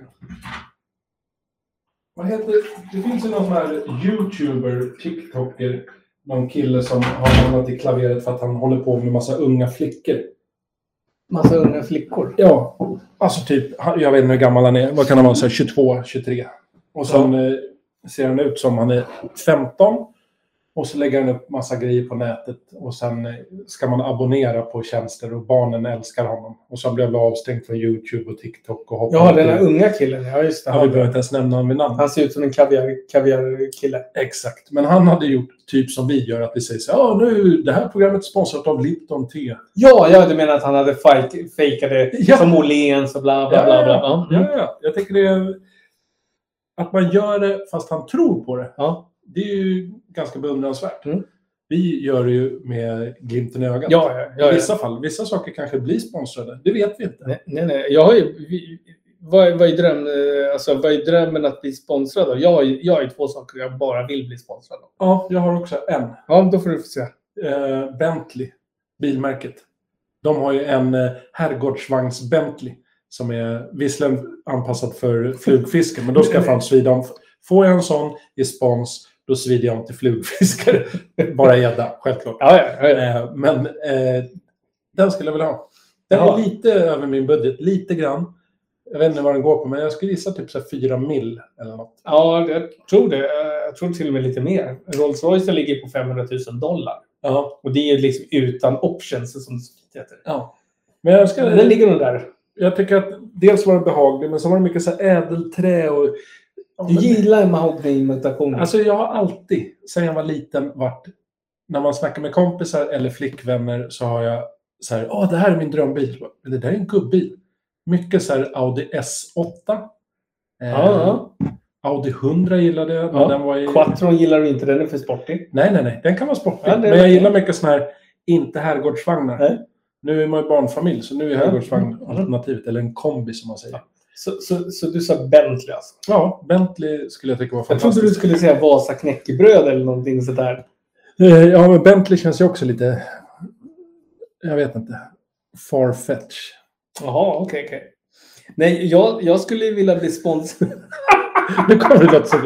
Vad heter... Det finns ju någon sån här YouTuber, TikToker någon kille som har hamnat i klaveret för att han håller på med massa unga flickor. Massa unga flickor? Ja, alltså typ, jag vet inte hur gammal han är. Vad kan han vara? Så här tjugotvå, tjugotre. Och sen ja. eh, ser han ut som han är femton. Och så lägger han upp massa grejer på nätet. Och sen eh, ska man abonnera på tjänster. Och barnen älskar honom. Och så blir han avstängd från YouTube och TikTok. Och ja, den här unga killen. Ja, just det. Ja, vi behöver inte ens nämna honom vid namn. Han ser ut som en kaviar, kaviar-kille. Exakt. Men han hade gjort typ som vi gör. Att vi säger så ja nu, det här programmet är sponsrat av Lipton Te. Ja, ja, du menar att han hade fejkade ja. som Åhléns och bla bla bla. bla. Ja, ja, ja, ja. Jag tänker det är att man gör det fast han tror på det. Ja. Det är ju ganska beundransvärt. Mm. Vi gör det ju med glimten i ögat. Ja, ja, ja, I vissa fall. Vissa saker kanske blir sponsrade. Det vet vi inte. Nej, nej. nej. Jag har ju, vi, vad, vad, är dröm, alltså, vad är drömmen att bli sponsrad av? Jag, jag har ju två saker jag bara vill bli sponsrad av. Ja, jag har också en. Ja, då får du få se. Uh, Bentley, bilmärket. De har ju en uh, herrgårdsvagns Bentley. Som är visserligen anpassad för flugfiske. Men då ska jag fan svida om. Får jag en sån i spons, då svider jag inte flugfiskare. Bara gädda, självklart. Ja, ja, ja. Uh, men uh, den skulle jag vilja ha. Den ja. är lite över min budget. Lite grann. Jag vet inte vad den går på. Men jag skulle gissa typ så här fyra mil eller något. Ja, jag tror det. Jag tror till och med lite mer. Rolls-Royce ligger på femhundratusen dollar. Ja. Och det är liksom utan options som det heter. Ja. Men jag ska, den ligger nog där. Jag tycker att dels var den behaglig, men så var det mycket så här ädelträ och... Du gillar mahogny-imitationer. Alltså jag har alltid, sen jag var liten, varit... När man snackar med kompisar eller flickvänner så har jag så här, åh det här är min drömbil. Det där är en gubbil. Mycket så här Audi S åtta. Ja, ja. Eh, Audi hundra gillade jag. Ja. Den var i... Quattron gillar du inte, den är för sportig. Nej, nej, nej. Den kan vara sportig. Ja, men jag gillar mycket såna här, inte herrgårdsvagnar. Nej. Nu är man ju barnfamilj, så nu är herrgårdsvagn alternativet. Eller en kombi som man säger. Ja. Så, så, så du sa Bentley alltså? Ja, Bentley skulle jag tycka var fantastiskt. Jag trodde du skulle säga Vasa knäckebröd eller någonting sådär. Ja, men Bentley känns ju också lite... Jag vet inte. Farfetch. Jaha, okej, okay, okej. Okay. Nej, jag, jag skulle vilja bli sponsor. Nu kommer det något så...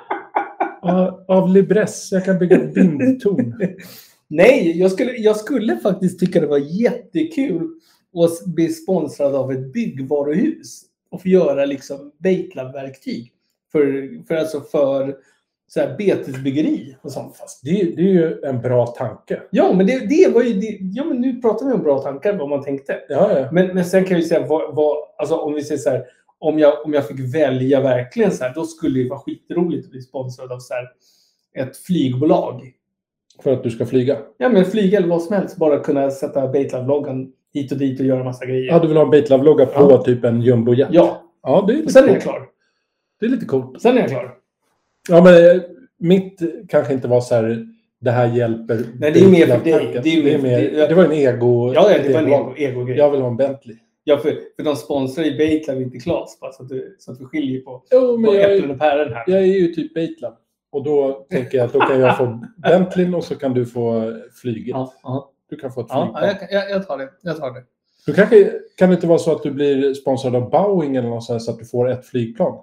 Av, av Libresse, jag kan bygga ett bindtorn. Nej, jag skulle, jag skulle faktiskt tycka det var jättekul att bli sponsrad av ett byggvaruhus och få göra liksom Baitlab-verktyg för, för, alltså för så här betesbyggeri och sånt. Fast det, det är ju en bra tanke. Ja, men det, det var ju det, ja, men nu pratar vi om bra tankar, vad man tänkte. Ja, ja. Men, men sen kan vi säga vad, vad, alltså om vi säger så här, om jag, om jag fick välja verkligen så här, då skulle det vara skitroligt att bli sponsrad av så här ett flygbolag. För att du ska flyga? Ja, men flyga eller vad som helst. Bara kunna sätta Baitlab-loggan hit och dit och göra massa grejer. Ja, du vill ha en Baitlab-logga på ja. typ en jumbojet? Ja. Ja, det är lite Sen coolt. är jag klar. Det är lite coolt. Sen är jag klar. Ja, men mitt kanske inte var så här, det här hjälper. Nej, det är mer för dig. Det, det, är mer, det, det var en ego. Ja, ja det var en ego, ego-grej. Jag vill ha en Bentley. Ja, för, för de sponsrar ju Baitlab, inte Klas. Så att, du, så att vi skiljer på, jo, men på jag, äpplen och päron här. Jag är ju typ Baitlab. Och då tänker jag att då kan jag få Bentley och så kan du få flyget. Ja, ja. Du kan få ett flygplan. Ja, jag, jag, jag tar det. Jag tar det. Du kanske, kan det inte vara så att du blir sponsrad av Boeing eller något sånt så att du får ett flygplan?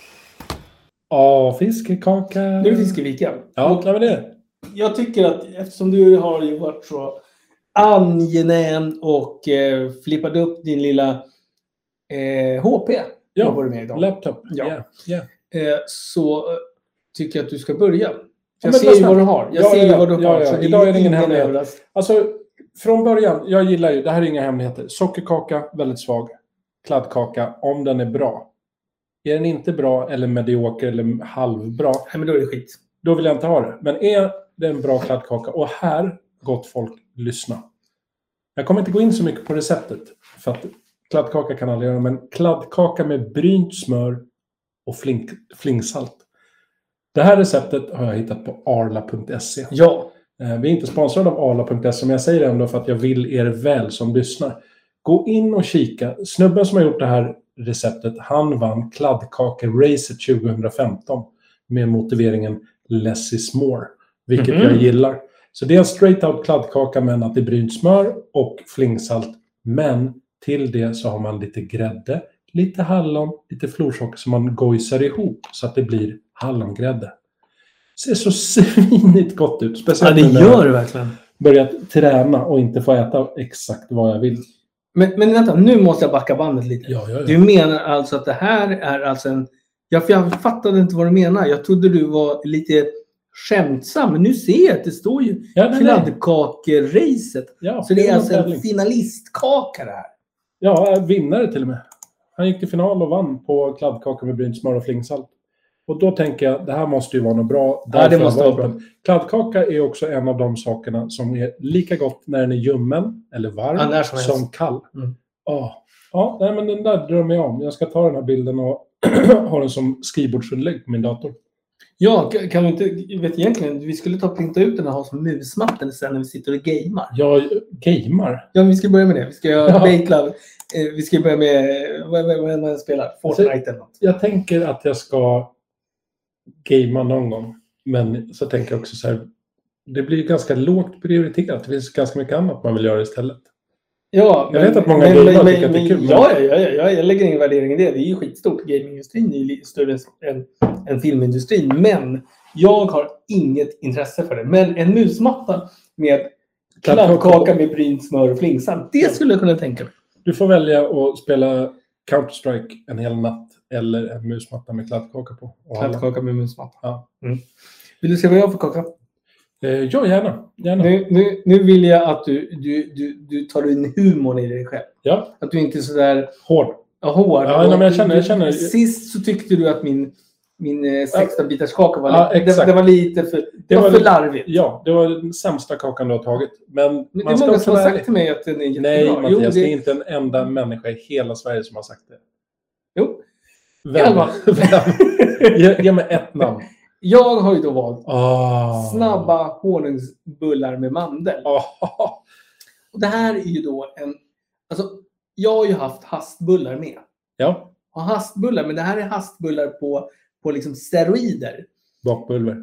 Ja, fiskekaka. Nu är Fiskevika. Ja, nej, men det. Jag tycker att eftersom du har ju varit så angenäm och eh, flippat upp din lilla eh, H P. Ja, var du med idag. laptop. Ja. Yeah, yeah. Eh, så eh, tycker jag att du ska börja. Jag ja, ser ju vad du har. Jag ja, ser ja, ju vad du ja, har. Ja, så ja. Idag är det ingen hemlighet. Överrask. Alltså, från början, jag gillar ju, det här är inga hemligheter. Sockerkaka, väldigt svag. Kladdkaka, om den är bra. Är den inte bra eller medioker eller halvbra. Nej, men då är det skit. Då vill jag inte ha det. Men är det en bra kladdkaka, och här, gott folk, lyssna. Jag kommer inte gå in så mycket på receptet. För att kladdkaka kan aldrig göra, men kladdkaka med brynt smör och flink, flingsalt. Det här receptet har jag hittat på arla punkt se. Ja. Vi är inte sponsrade av arla punkt se, men jag säger det ändå för att jag vill er väl som lyssnar. Gå in och kika. Snubben som har gjort det här receptet, han vann kladdkake-racet tjugohundrafemton med motiveringen less is more, vilket mm-hmm. jag gillar. Så det är en straight out kladdkaka med att det är brynt smör och flingsalt, men till det så har man lite grädde, lite hallon, lite florsocker som man gojsar ihop så att det blir hallongrädde. ser så svinigt gott ut. Ja, Speciellt det när gör jag det verkligen. börjat träna och inte få äta exakt vad jag vill. Men, men vänta, nu måste jag backa bandet lite. Ja, ja, ja. Du menar alltså att det här är alltså en... Ja, för jag fattade inte vad du menar. Jag trodde du var lite skämtsam. Men nu ser jag att det står ju Ja, nej, nej. kladdkakeracet. Ja, Så det är en alltså en tävling. finalistkaka det här. Ja, vinnare till och med. Han gick till final och vann på kladdkaka med brynt smör och flingsalt. Och då tänker jag, det här måste ju vara något bra. Ja, det måste vara vara bra. Kladdkaka är också en av de sakerna som är lika gott när den är ljummen eller varm Ja, när som som, helst. kall. Mm. Ja, ja nej, men den där drömmer jag om. Jag ska ta den här bilden och ha den som skrivbordsunderlägg på min dator. Ja, k- kan vi inte... Jag vet egentligen, vi skulle ta och printa ut den och ha som musmatten sen när vi sitter och gamear. Jag gamer. Ja, men vi ska börja med det. Vi ska göra Ja. Bait Love. Eh, Vi ska börja med... Vad, vad, vad är det man spelar? Fortnite eller något. Jag tänker att jag ska gamea någon gång. Men så tänker jag också så här. Det blir ganska lågt prioriterat. Det finns ganska mycket annat man vill göra istället. Ja, Jag vet att många gamar tycker att det är kul, men- Ja, ja, ja, ja, jag lägger ingen värdering i det. Det är ju skitstort. Gamingindustrin är ju lite större än, än filmindustrin. Men jag har inget intresse för det. Men en musmatta med kladdkaka med brynt smör och flingsalt. Det skulle jag kunna tänka mig. Du får välja att spela Counter-Strike en hel natt. Eller en musmatta med kladdkaka på. Och alla. Kladdkaka med musmatta. Ja. Mm. Vill du se vad jag har för kaka? Eh, ja, gärna. gärna. Nu, nu, nu vill jag att du, du, du, du tar in humorn i dig själv. Ja, Att du inte är sådär hård. ja, hård. Ja, nej, men jag känner- jag känner- Sist så tyckte du att min, min eh, sexton-bitars kaka var, Ja, lite, det, exakt. det var lite för, det Det var var för lite- larvigt. Ja, det var den sämsta kakan du har tagit. Men Men det man är ska många också som har vara sagt ärlig. till mig att den är jättebra. Nej, Mattias, jo, det... det, är inte en enda människa i hela Sverige som har sagt det. jo. Vem? Hjalmar. Vem? Ge, ge mig ett namn. Jag har ju då valt Oh. snabba honungsbullar med mandel. Oh. Och det här är ju då en... Alltså, jag har ju haft hastbullar med. Ja, Och hastbullar, men det här är hastbullar på, på liksom steroider. bakpulver.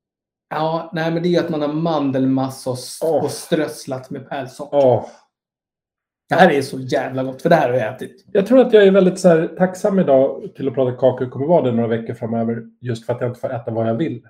Ja, nej men det är ju att man har mandelmassa och, s- Åh. och strösslat med pärlsocker. Oh. Det här är så jävla gott, för det här har jag ätit. Jag tror att jag är väldigt så här, tacksam idag till att prata kakor. Kommer vara det några veckor framöver. Just för att jag inte får äta vad jag vill.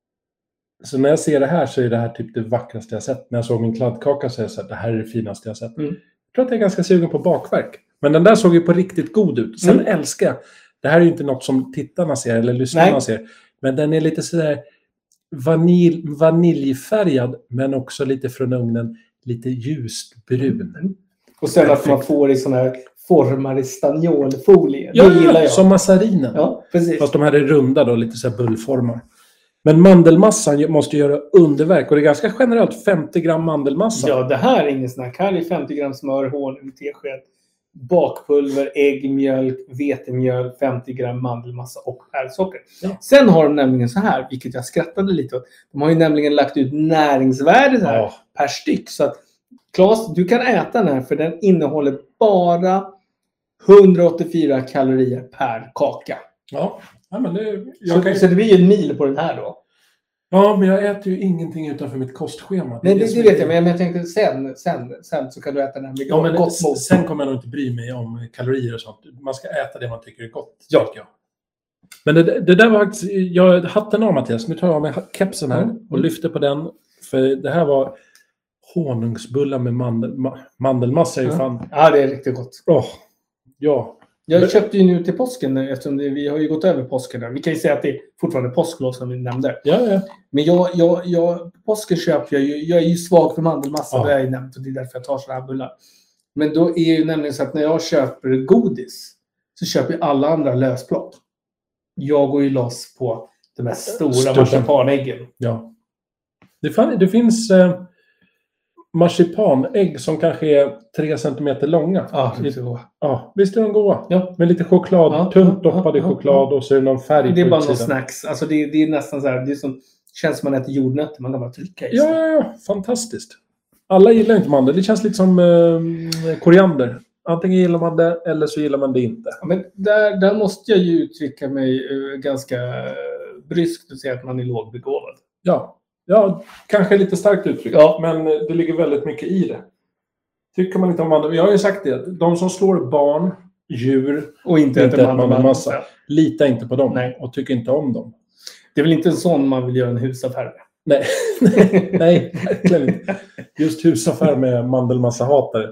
Så när jag ser det här så är det här typ det vackraste jag sett. När jag såg min kladdkaka så är jag så här, det här är det finaste jag sett. Mm. Jag tror att jag är ganska sugen på bakverk. Men den där såg ju på riktigt god ut. Sen Mm. älskar jag. Det här är ju inte något som tittarna ser eller lyssnarna Nej. ser. Men den är lite sådär vanilj, vaniljfärgad. Men också lite från ugnen. Lite ljust brun. Mm. Och sen att man får i sån här formar i staniolfolie. Ja, det gillar jag. som massarinen. Ja, precis. Fast de här är runda då, lite så här bullformar. Men mandelmassan måste göra underverk. Och det är ganska generellt femtio gram mandelmassa. Ja, det här är ingen snack. Här är femtio gram smör, honung, tesked, bakpulver, äggmjölk, vetemjöl, femtio gram mandelmassa och pärlsocker. Ja. Sen har de nämligen så här, vilket jag skrattade lite åt. De har ju nämligen lagt ut näringsvärdet här Ja. per styck. Så att Claes, du kan äta den här för den innehåller bara hundraåttiofyra kalorier per kaka. Ja, ja men det... Så, Jag kan... så det blir ju en mil på den här då. Ja, men jag äter ju ingenting utanför mitt kostschema. Nej, är det, som det är- vet jag. Men jag tänkte sen, sen, sen så kan du äta den här med Ja, men gott mod. sen kommer jag nog inte bry mig om kalorier och sånt. Man ska äta det man tycker är gott. Ja. tycker Jag. Men det, det där var faktiskt... Jag hatten av, Mattias. Nu tar jag av mig kepsen här Mm. och lyfter på den. För det här var honungsbullar med mandel, ma, mandelmassa. Är ju Ja. fan... Ja, det är riktigt gott. Åh, ja. Jag Men- köpte ju nu till påsken eftersom det, vi har ju gått över påsken där. Vi kan ju säga att det är fortfarande påsklov som vi nämnde. Ja, ja. Men jag, jag, jag, påsken köper jag ju. Jag är ju svag för mandelmassa. Ja. Det har jag ju nämnt och det är därför jag tar sådana här bullar. Men då är ju nämligen så att när jag köper godis så köper jag alla andra lösplock. Jag går ju loss på de här stora Större. marsipanäggen. ja. Det, fan, det finns eh, marsipanägg som kanske är tre centimeter långa. Ja, det är så. Ja, visst är de goda? Ja. Med lite choklad, Ja, tunt ja, doppad i ja, choklad och så är det någon färg Det är på bara någon utsidan. snacks. Alltså det, det är nästan så här. Det är som, känns som man äter jordnötter. Man kan bara trycka i sig. Ja, ja, ja, fantastiskt. Alla gillar inte mandel. Det känns lite som eh, koriander. Antingen gillar man det eller så gillar man det inte. Ja, men där, där måste jag ju uttrycka mig uh, ganska uh, bryskt och säga att man är lågbegåvad. Ja, ja kanske lite starkt uttryck. Ja. Men eh, det ligger väldigt mycket i det. Tycker man inte om mandel. Jag har ju sagt det. De som slår barn, djur, Och inte Inte äter äter mandelmassa. mandelmassa. lita inte på dem. Nej. Och tycker inte om dem. Det är väl inte en sån man vill göra en husaffär med? Nej, nej, nej, verkligen inte. Just husaffär med mandelmassahatare.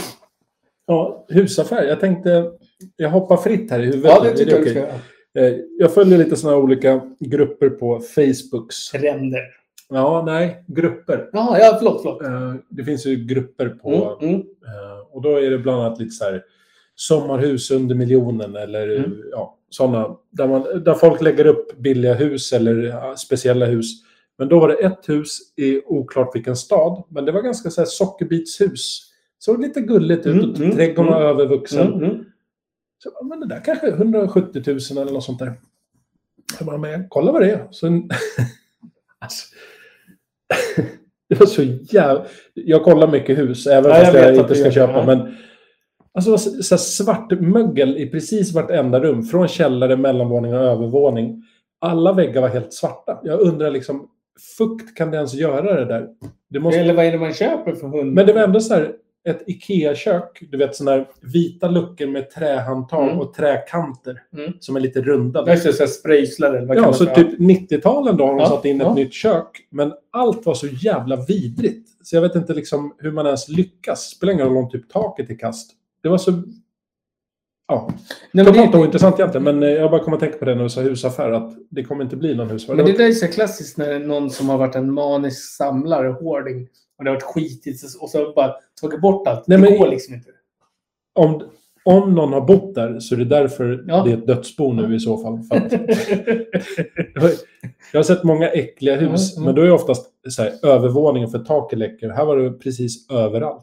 Ja, husaffär. Jag tänkte, jag hoppar fritt här i huvudet. Ja, det tycker jag du ska göra. Jag följer lite sådana olika grupper på Facebooks. Trender. Ja, nej, grupper. Ja, ja förlåt, förlåt. Det finns ju grupper på, Mm, mm. och då är det bland annat lite så här sommarhus under miljonen eller Mm. ja, sådana där, man, där folk lägger upp billiga hus eller ja, speciella hus. Men då var det ett hus i oklart vilken stad, men det var ganska så här sockerbitshus. Såg lite gulligt ut och Mm, mm, trädgården var mm. övervuxen. Mm, mm. Så, men det där kanske hundrasjuttio tusen eller något sånt där. Jag bara, men kolla vad det är. Så, alltså, det var så jävla... Jag kollar mycket hus, även Ja, fast jag jag, vet att inte du ska gör köpa. det, ja. Men alltså, så här svart mögel i precis vartenda rum. Från källare, mellanvåning och övervåning. Alla väggar var helt svarta. Jag undrar liksom, fukt kan det ens göra det där? Det måste... Eller vad är det man köper för hund? Men det var ändå så här, ett Ikea-kök, du vet sådana här vita luckor med trähandtag Mm. och träkanter Mm. som är lite runda. Det är så här sprayslare, eller vad Ja, kan så man säga? typ nittio-talen då har de Ja, satt in ett ja. nytt kök. Men allt var så jävla vidrigt. Så jag vet inte liksom hur man ens lyckas. Spelar ingen roll om typ taket i kast. Det var så... Ja, Nej, men totalt det, ointressant egentligen. Men eh, jag bara kommer att tänka på det när du sa husaffär. Att det kommer inte bli någon husaffär. men det där är så klassiskt när någon som har varit en manisk samlare, hoarding, och det har varit skitigt och så bara tagit bort allt. Nej, det men- går liksom inte. om, om någon har bott där så är det därför Ja. det är ett dödsbo nu i så fall. För att, jag har sett många äckliga hus, Mm, mm. men då är det oftast så här, övervåningen för taket läcker. Här var det precis överallt.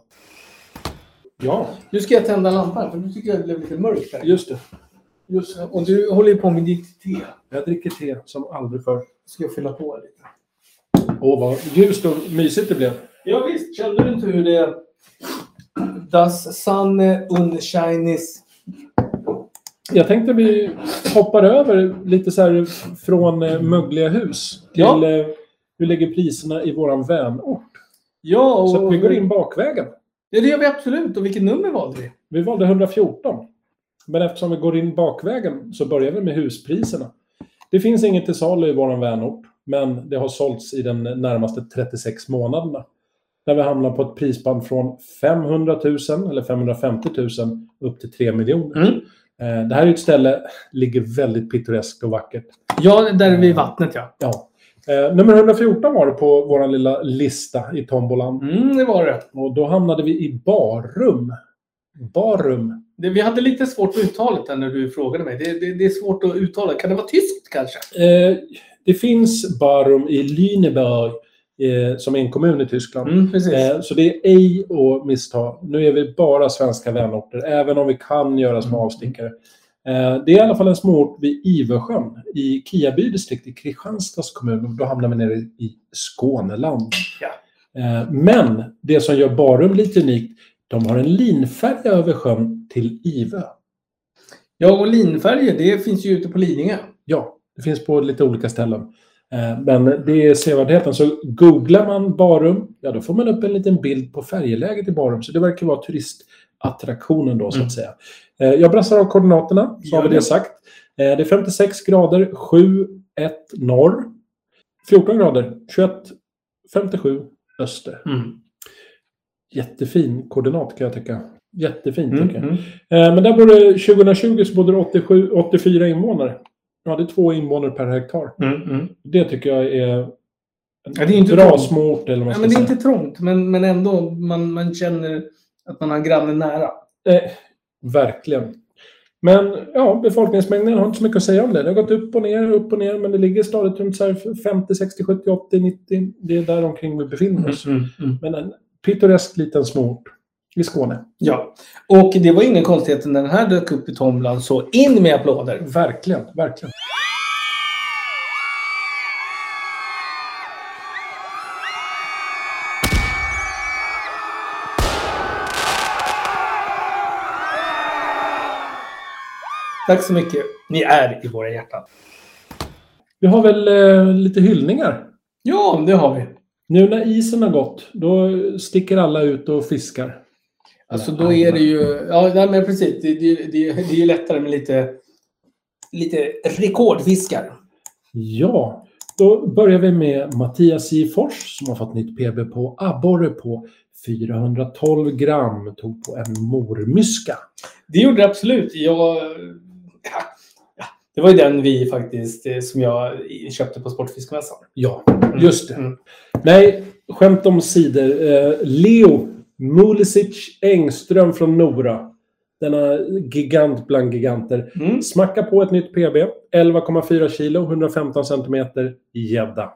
Ja, Nu ska jag tända lampan, för nu tycker jag det blev lite mörkt här. just det. Just, och du håller ju på med ditt te. Jag dricker te som aldrig förr. Ska jag fylla på lite? Åh, vad ljust och mysigt det blev. Ja visst, kände du inte hur det... Das Sonne unscheines. Jag tänkte vi hoppar över lite så här från eh, mögliga hus till Ja. eh, hur lägger priserna i våran vänort. Ja, och... Så att vi går in bakvägen. Ja, det gör vi absolut. Och vilket nummer valde vi? Vi valde etthundrafjorton. Men eftersom vi går in bakvägen så börjar vi med huspriserna. Det finns inget till salu i våran vänort, men det har sålts i den närmaste trettiosex månaderna. Där vi hamnar på ett prisband från femhundratusen eller femhundrafemtiotusen upp till tre miljoner. Mm. Eh, Det här är ett ställe ligger väldigt pittoreskt och vackert. Ja, där är vi i vattnet, ja. Ja. Eh, nummer etthundrafjorton var det på vår lilla lista i tombolan. Mm, det var det. Och då hamnade vi i Barum. Barum. det. Vi hade lite svårt med uttalet där när du frågade mig. Det, det, det är svårt att uttala. Kan det vara tyskt kanske? Eh, det finns Barum i Lüneburg eh, som är en kommun i Tyskland. Mm, precis. Eh, så det är ej att missta. Nu är vi bara svenska vänorter, även om vi kan göra små avstickare. Eh, det är i alla fall en småort vid Iversjön i Kiaby distrikt i Kristianstads kommun. Och då hamnar vi nere i Skåneland. Ja. Eh, men det som gör Barum lite unikt, de har en linfärja över sjön till Ivö. Ja, och linfärger, det finns ju ute på Lidingö. Ja, det finns på lite olika ställen. Eh, Men det är sevärdheten. Så googlar man Barum, ja då får man upp en liten bild på färjeläget i Barum. Så det verkar vara turistattraktionen då så Mm. att säga. Eh, Jag brassar av koordinaterna, så har vi Gör det det. sagt. Eh, Det är femtiosex grader, sju ett norr. fjorton grader, tjugoett femtiosju öster. Mm. Jättefin koordinat kan jag tycka. Jättefint Mm, tycker jag. mm. Eh, Men där bor det tjugohundratjugo så bodde det åttiosju, åttiofyra invånare. Ja, det är två invånare per hektar. Mm, mm. Det tycker jag är en Ja, det är inte bra trångt. småort eller vad man Ja, ska men det är säga. inte trångt, men, men ändå man, man känner att man har grannen nära. Eh, verkligen. Men ja, befolkningsmängden har inte så mycket att säga om det. Det har gått upp och ner, upp och ner, men det ligger stadigt runt så här femtio, sextio, sjuttio, åttio, nittio. Det är där omkring vi befinner oss. Mm, mm. Men en pittoresk liten småort i Skåne. Ja, och det var ingen konstighet när den här dök upp i tombolan, så in med applåder. Verkligen, verkligen. Tack så mycket. Ni är i våra hjärtan. Vi har väl eh, lite hyllningar. Ja, det har vi. Nu när isen har gått, då sticker alla ut och fiskar. Alltså då är det ju... Ja, nej, men precis. Det, det, det, det är ju lättare med lite, lite rekordfiskar. Ja, Då börjar vi med Mattias J. Fors som har fått nytt P B på abborre på fyrahundratolv gram. Tog på en mormyska. Det gjorde det absolut. Jag... Ja, ja. Det var ju den vi faktiskt, som jag köpte på Sportfiskemässan. Ja, just det. Mm. Nej, skämt om sidor. Eh, Leo Mulisic Engström från Nora. Denna gigant bland giganter. Mm. Smacka på ett nytt P B. elva komma fyra kilo, hundrafemton centimeter gädda.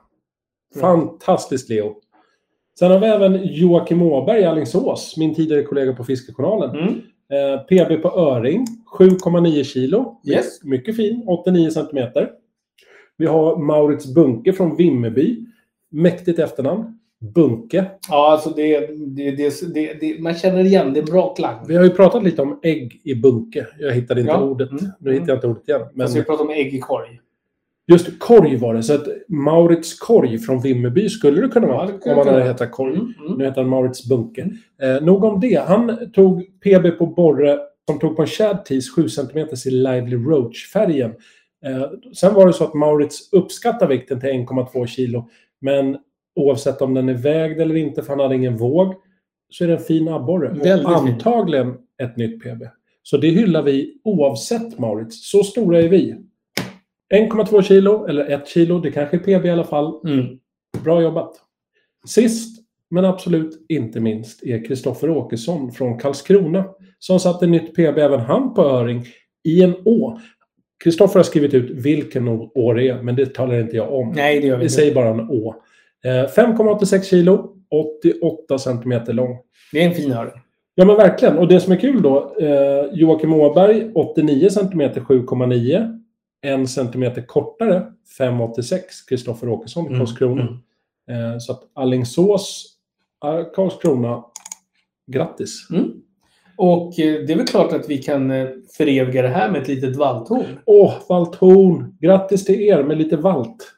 Fantastiskt Leo. Sen har vi även Joakim Åberg i Alingsås. Min tidigare kollega på Fiskejournalen. Mm. Eh, P B på öring. sju komma nio kilo. Yes. Mycket fin. åttionio centimeter. Vi har Maurits Bunke från Vimmerby. Mäktigt efternamn. Bunke. Ja, alltså det, det, det, det, det... Man känner igen, det är bra klang. Vi har ju pratat lite om ägg i bunke. Jag hittade inte Ja. ordet. Mm. Nu hittar jag inte ordet igen. Men Alltså vi pratar om ägg i korg. just korg var det. Så att Maurits Korg från Vimmerby skulle det kunna vara. Ja, det skulle om han kunna hade vara. hetat Korg. Mm, mm. Nu heter han Maurits Bunke. Eh, nog om det. Han tog P B på borre som tog på en Shad Tease sju centimeter i Lively Roach-färgen. Eh, sen var det så att Maurits uppskattar vikten till en komma två kilo. Men oavsett om den är vägd eller inte, för han hade ingen våg, så är det en fin abborre. Väldigt Och fin. antagligen ett nytt P B. Så det hyllar vi oavsett Maurits. Så stora är vi. en komma två kilo eller ett kilo, det kanske är P B i alla fall. Mm. Bra jobbat. Sist, men absolut inte minst, är Kristoffer Åkesson från Karlskrona. Som satte nytt P B även han på öring i en å. Kristoffer har skrivit ut vilken å det är, men det talar inte jag om. Nej, det gör vi Vi inte. säger bara en å. Eh, fem komma åttiosex kilo, åttioåtta centimeter lång. Det är en fin öring. Ja men verkligen. Och det som är kul då, eh, Joakim Åberg åttionio centimeter, sju komma nio. En centimeter kortare, fem komma åttiosex. Kristoffer Åkesson i Mm, Karlskrona. Eh, så att Alingsås, eh, Karlskrona, grattis. Mm. Och eh, det är väl klart att vi kan eh, föreviga det här med ett litet valthorn. Åh, valthorn. Grattis till er med lite valt.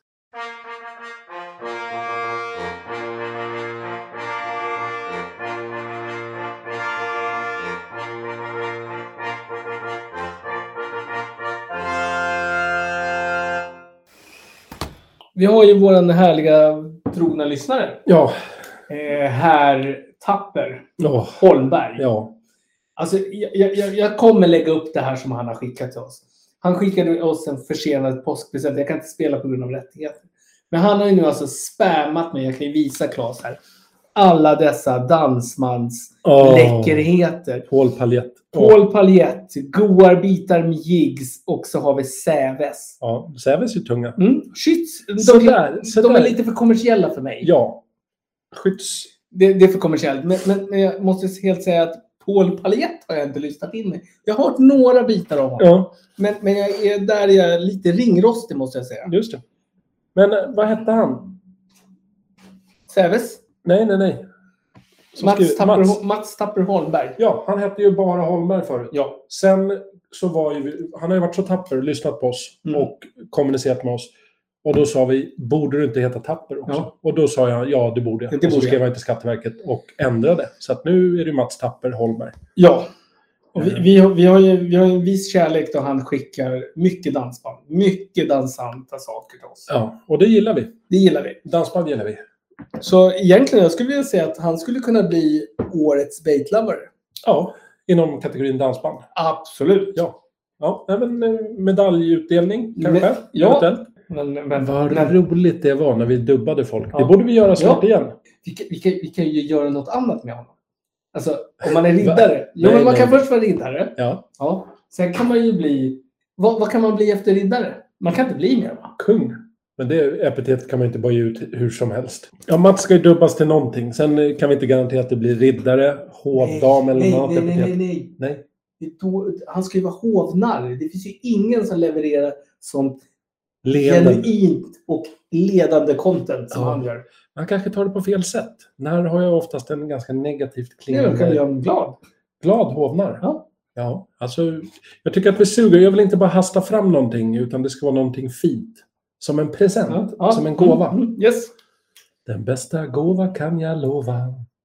Vi har ju våran härliga trogna lyssnare. Ja. Eh, herr Tapper Åh, Holmberg. ja. Alltså, jag, jag, jag kommer lägga upp det här som han har skickat till oss. Han skickade oss en försenad påskpresent. Jag kan inte spela på grund av rättigheter. Men han har ju nu alltså spammat mig. Jag kan ju visa Claes här. Alla dessa dansmans Åh. läckerheter. Paul Paljett. Paul Paljett, goarbitar med jigs och så har vi Säves. Ja, Säves är ju tunga. Mm. Shit, de, Sådär, de sådär. är lite för kommersiella för mig. Ja. Skytts. Det, det är för kommersiellt. Men, men, men jag måste helt säga att Paul Paljett har jag inte lyssnat in i. Jag har hört några bitar av honom. Ja, Men, men jag är där jag är lite ringrostig måste jag säga. just det. Men eh, vad hette han? Säves? Nej, nej, nej. Som Mats skriver- Tapper, Mats. Mats Tapper Holmberg. Ja, han hette ju bara Holmberg förut. Ja. Sen så var ju, han har ju varit så tapper och lyssnat på oss Mm. och kommunicerat med oss. Och då sa vi, borde du inte heta Tapper också? Ja. Och då sa jag, ja det borde jag. Det och så borde skrev jag. jag till Skatteverket och ändrade. Så att nu är det Mats Tapper Holmberg. Ja. Och vi, Mm. vi, har, vi, har ju, vi har ju en viss kärlek då han skickar mycket dansband. Mycket dansanta saker till oss. Ja, och det gillar vi. Det gillar vi. Dansband gillar vi. Så egentligen jag skulle vilja säga att han skulle kunna bli årets baitlover. Ja, inom kategorin dansband. Absolut. Ja. Ja, nej, men eh, medaljutdelning kanske? Men- ja. eventuellt. Men, men, Vad men roligt det var när vi dubbade folk. Ja. Det borde vi göra snart Ja. igen. vi, kan, vi, kan, vi kan ju göra något annat med honom. Alltså, om man är riddare. Jo, Nej, men man kan nej. först vara riddare. Ja, Ja. Sen kan man ju bli... Vad, vad kan man bli efter riddare? Man kan inte bli mer, va? kung. Men det epitetet kan man inte bara ge ut hur som helst. Ja, Mats ska ju dubbas till någonting. Sen eh, kan vi inte garantera att det blir riddare, hovdam eller nej, något nej, annat nej, nej, epitet. nej. Nej. Det är då, han ska ju vara hovnarr. Det finns ju ingen som levererar som Leenden. genuint och ledande content som Ja. han gör. Man kanske tar det på fel sätt. När har jag oftast en ganska negativt Det klingande... kan göra honom glad. Glad hovnar. Ja. Ja, alltså jag tycker att vi suger. Jag vill inte bara hasta fram någonting utan det ska vara någonting fint. Som en present. Ja. Ja. Som en gåva. Mm, mm, yes. Den bästa gåva kan jag lova.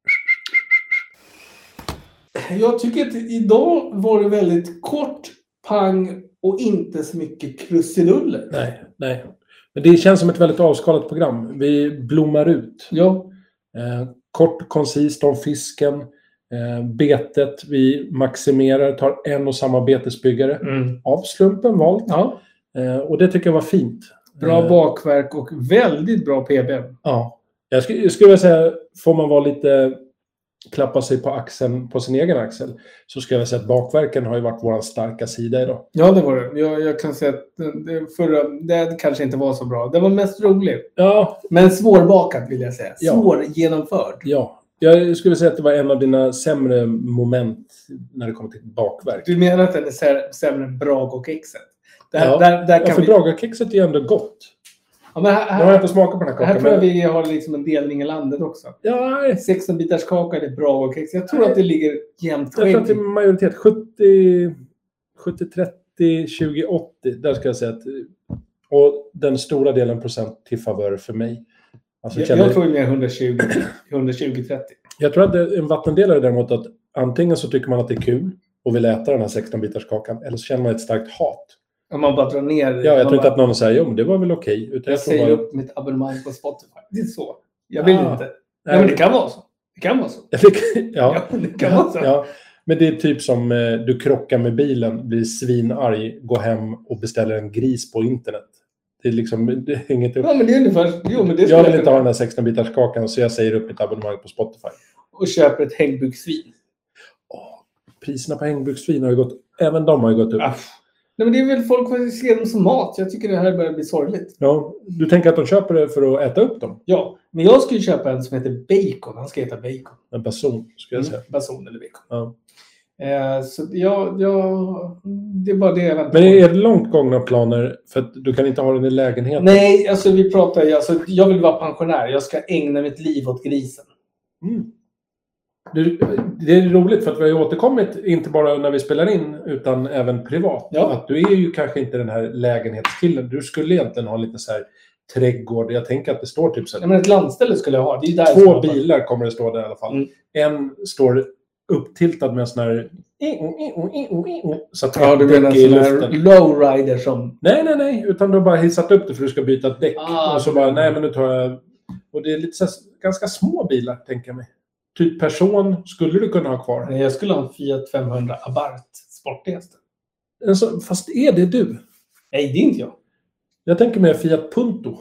Jag tycker att idag var det väldigt kort, pang och inte så mycket krusiduller. Nej, nej. Men det känns som ett väldigt avskalat program. Vi blommar ut. Ja. Eh, kort, koncist om fisken. Eh, betet. Vi maximerar, tar en och samma betesbyggare. Mm. Av slumpen valt. Ja. Eh, och det tycker jag var fint. Bra Eh, bakverk och väldigt bra P B. Ja. Jag skulle, jag skulle vilja säga, får man vara lite... klappa sig på axeln, på sin egen axel, så ska jag säga att bakverken har ju varit vår starka sida idag. Ja, det var det. Jag, jag kan säga att det, förra, det kanske inte var så bra. Det var mest roligt. Ja. Men svårbakat vill jag säga. Ja. Svårgenomförd. Ja. Jag skulle säga att det var en av dina sämre moment när det kommer till bakverk. Du menar att den är sä- sämre än brag och kexet? Det här, Ja, där, där ja kan för vi... bragakexet är ju ändå gott. Ja, men här, Jag har här, inte smakat på den här kakan. här tror jag men... vi har liksom en delning i landet också. Ja, sexton bitars kaka är bra och kex. Jag tror att det ligger jämnt jag tror att det är skägg. majoritet. sjuttio, sjuttio trettio, tjugo åttio. Där ska jag säga att... Och den stora delen procent till favör för mig. Alltså, Jag, känner... jag tror mer hundratjugo, hundratjugo trettio. Jag tror att det är en vattendelare däremot att antingen så tycker man att det är kul och vill äta den här sexton bitars kakan, eller så känner man ett starkt hat. Om man bara drar ner... Ja, jag tror man inte bara, att någon säger, jo men det var väl okej. Utan jag jag tror säger bara... upp mitt abonnemang på Spotify. Det är så. Jag vill Ah, inte. nej, Ja, men det kan vara så. Det kan vara så. Jag fick... ja. Ja, det kan vara så. Ja. Men det är typ som eh, du krockar med bilen, blir svinarg, går hem och beställer en gris på internet. Det är liksom, det är inget upp. Ja, men det är ungefär... Jo, men det Jag skulle vill inte kunna- ha den här sexton bitars kakan, så jag säger upp mitt abonnemang på Spotify. Och köper ett hängbuksvin. Åh, priserna på hängbuksvin har ju gått, även de har ju gått upp. Ah. Nej, men det är väl folk som ser dem som mat. Jag tycker det här börjar bli sorgligt. Ja, du tänker att de köper det för att äta upp dem? Ja, men jag skulle köpa en som heter bacon. Han ska heta bacon. En bason, skulle jag säga. Mm, bason eller bacon. Ja. Eh, så jag, jag, det är bara det jag väntar Men på. är det långt gångna planer? För att du kan inte ha den i lägenheten. Nej, alltså vi pratar ju, alltså, jag vill vara pensionär. Jag ska ägna mitt liv åt grisen. Mm. Du, det är roligt för att vi har ju återkommit, inte bara när vi spelar in, utan även privat. Ja. Att du är ju kanske inte den här lägenhetskillen. Du skulle egentligen ha lite så här trädgård. Jag tänker att det står typ så Ja, här. men ett landställe skulle jag ha. Det är där jag Två ska vara. bilar kommer det stå där i alla fall. Mm. En står upptiltad med en sån här... Så att Ja, du menar däck är i en sån här luften. lowrider som... Nej, nej, nej. Utan du har bara hissat upp det för att du ska byta ett däck. Ah, och så det bara, menar nej jag. men nu tar jag... Och det är lite så här, ganska små bilar, tänker jag mig. Typ person skulle du kunna ha kvar. Nej, jag skulle ha en Fiat femhundra Abarth sportigaste. En så, fast är det du? Nej, det är inte jag. Jag tänker mig Fiat Punto.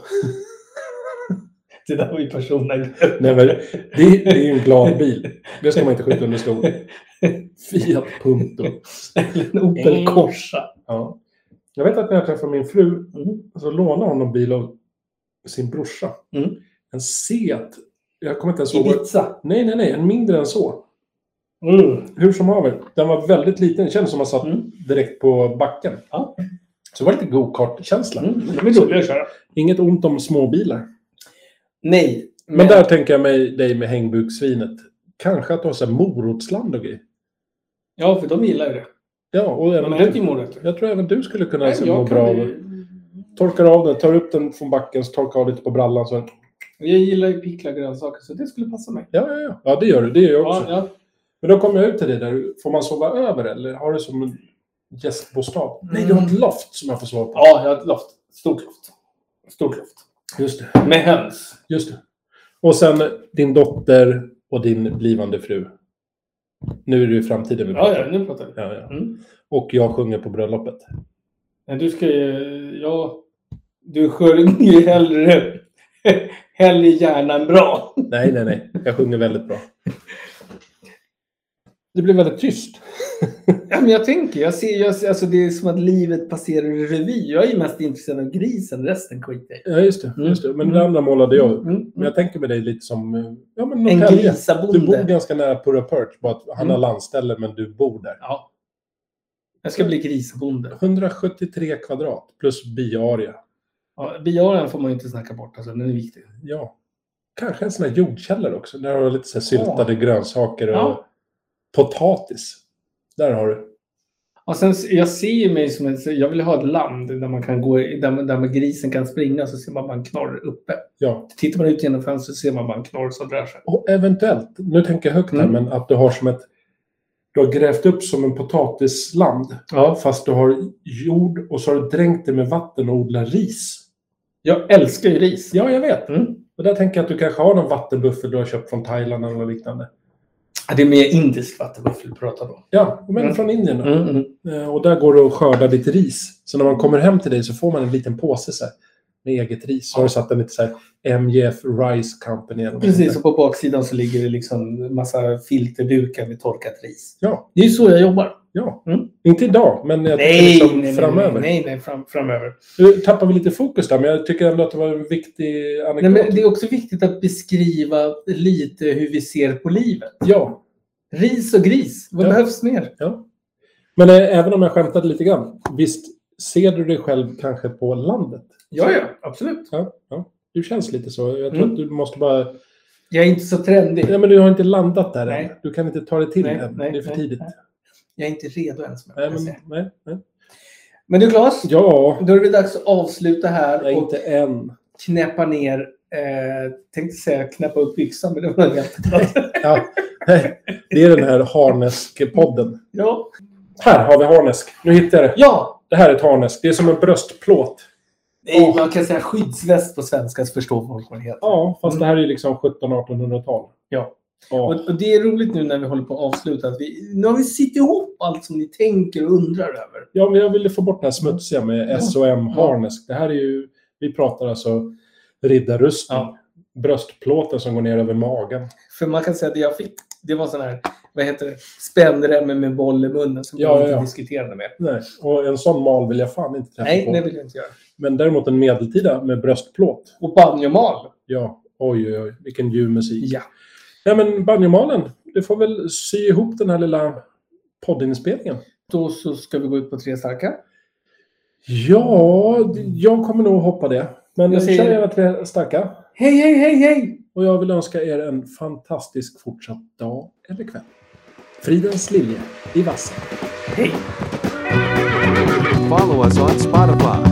Det där var ju personen. Nej, men det, det är ju en glad bil. Det ska man inte skjuta under stol. Fiat Punto. Eller en Opel Corsa. Ja. Jag vet att när jag träffade min fru Mm. så lånade hon en bil av sin brorsa. Mm. En Seat. Jag kommer inte ens ihåg. Ibiza. Nej, nej, nej. En mindre än så. Mm. Hur som haver. Den var väldigt liten. Det kändes som att man satt Mm. direkt på backen. Ja. Så det var lite go-kart-känsla. Mm. De är roliga att köra. Inget ont om småbilar. Nej. Men där tänker jag mig dig med hängbuksvinet. Kanske att du har så här morotsland och grejer. Ja, för de gillar ju det. Ja, och De även äter ju du. morötter. Jag tror även du skulle kunna Nej, se jag må kan bra av ju- det. Torkar av den, tar upp den från backen, så torkar av lite på brallan. Så... Jag gillar ju pickla grönsaker, så det skulle passa mig. Ja, ja, ja. Ja, det gör du. Det gör jag också. Ja, ja. Men då kommer jag ut till dig där. Får man sova över eller har du som en gästbostad? Nej, du har ett loft som jag får sova på. Ja, jag har ett loft. Stort loft. Stort loft. Just det. Med höns. Just det. Och sen din dotter och din blivande fru. Nu är det ju framtiden vi Ja, pratar. ja, nu pratar vi. Ja, ja. Mm. Och jag sjunger på bröllopet. Men du ska ju... Ja, du sjunger ju hellre... hellre gärna än bra. Nej, nej, nej. Jag sjunger väldigt bra. Det blir väldigt tyst. Ja, men jag tänker, jag ser, jag ser, alltså det är som att livet passerar i revy. Jag är ju mest intresserad av grisen, resten skiter jag i. Ja, just det. Mm. Just det. Men det andra målade jag. Mm, mm. Men jag tänker med dig lite som... eh, Ja, men En Norrtälje. Du bor grisabonde. ganska nära Purra Perch. Bara att han Mm. har landställe, men du bor där. Ja. Jag ska bli grisabonde. hundrasjuttiotre kvadrat plus biarea. Ja, biaren får man ju inte snacka bort, alltså den är viktig. Ja. Kanske en sån här jordkällare också. Där har du lite så här syltade Ja. grönsaker och Ja. potatis. Där har du. Och sen, jag ser ju mig som en, jag vill ha ett land där man kan gå, där, man- där man grisen kan springa, så ser man bara en knorr uppe. Ja. Tittar man ut genom fönstret så ser man bara en knorr som rör sig. Och eventuellt, nu tänker jag högt här, Mm. men att du har som ett... Du har grävt upp som en potatisland. Ja. Fast du har jord och så har du dränkt det med vatten och odlar ris. Jag älskar ju ris. Ja, jag vet. Mm. Och där tänker jag att du kanske har någon vattenbuffel du har köpt från Thailand eller något liknande. Ja, det är mer indisk vattenbuffel du pratar om. Ja, men Mm. från Indien då. Mm, mm. Eh, Och där går det att skörda ditt ris. Så när man kommer hem till dig så får man en liten påse så här, med eget ris. Så har du satt den lite så här M J F Rice Company. Eller något sånt Precis, där. och på baksidan så ligger det liksom massa filterdukar med torkat ris. Ja, Det är ju så jag jobbar. ja. Mm. Inte idag, men jag Nej, tänker liksom nej, nej, framöver. nej, nej, fram, framöver. Nu tappar vi lite fokus där, men jag tycker ändå att det var en viktig anekdot. Nej, men det är också viktigt att beskriva lite hur vi ser på livet. Ja, Ris och gris, vad Ja. behövs mer? ja. Men eh, även om jag skämtade lite grann, visst ser du dig själv kanske på landet? Ja, ja, absolut. Ja, ja. Du känns lite så. Jag tror Mm. att du måste bara... Jag är inte så trendig. Ja, men du har inte landat där Nej. än. Du kan inte ta dig till Nej, än. nej, det är för nej, tidigt. nej. Jag är inte redo än, som jag Nej, brukar men, säga. nej, nej. Men du, Claes, Ja, då är det dags att avsluta här nej, och inte än. knäppa ner, eh, tänkte säga knäppa upp yxan, men det var något helt annat. Ja, nej. Det är den här Harnesk-podden. Ja. Här har vi Harnesk. Nu hittar jag det. Ja! Det här är ett Harnesk. Det är som en bröstplåt. Nej, man kan säga skyddsväst på svenska, så förstår folk vad det heter. Ja, fast Mm. det här är liksom sjuttonhundratal-artonhundratal. Ja. Ja. Och, och det är roligt nu när vi håller på att avsluta. Att vi, nu har vi sitt ihop allt som ni tänker och undrar över. Ja, men jag ville få bort det här smutsiga med S O M Harnesk. Det här är ju, vi pratar alltså riddarrustning. Ja. Bröstplåten som går ner över magen. För man kan säga att det jag fick, det var sån här, vad heter det, spännremmen med boll i munnen som Ja, vi inte ja. diskuterade med. Nej, och en sån mal vill jag fan inte träffa Nej, på. det vill jag inte göra. Men däremot en medeltida med bröstplåt. Och banjomal. Ja, oj oj oj, vilken ljuv musik. Ja. Nej, men banjomalen, du får väl sy ihop den här lilla poddinspelningen. Då så ska vi gå ut på tre starka. Ja, jag kommer nog hoppa det. Men Jag jag säger- kör gärna tre starka. Hej, hej, hej, hej! Och jag vill önska er en fantastisk fortsatt dag eller kväll. Fridens lilje i vassen. Hej! Follow us on Spotify.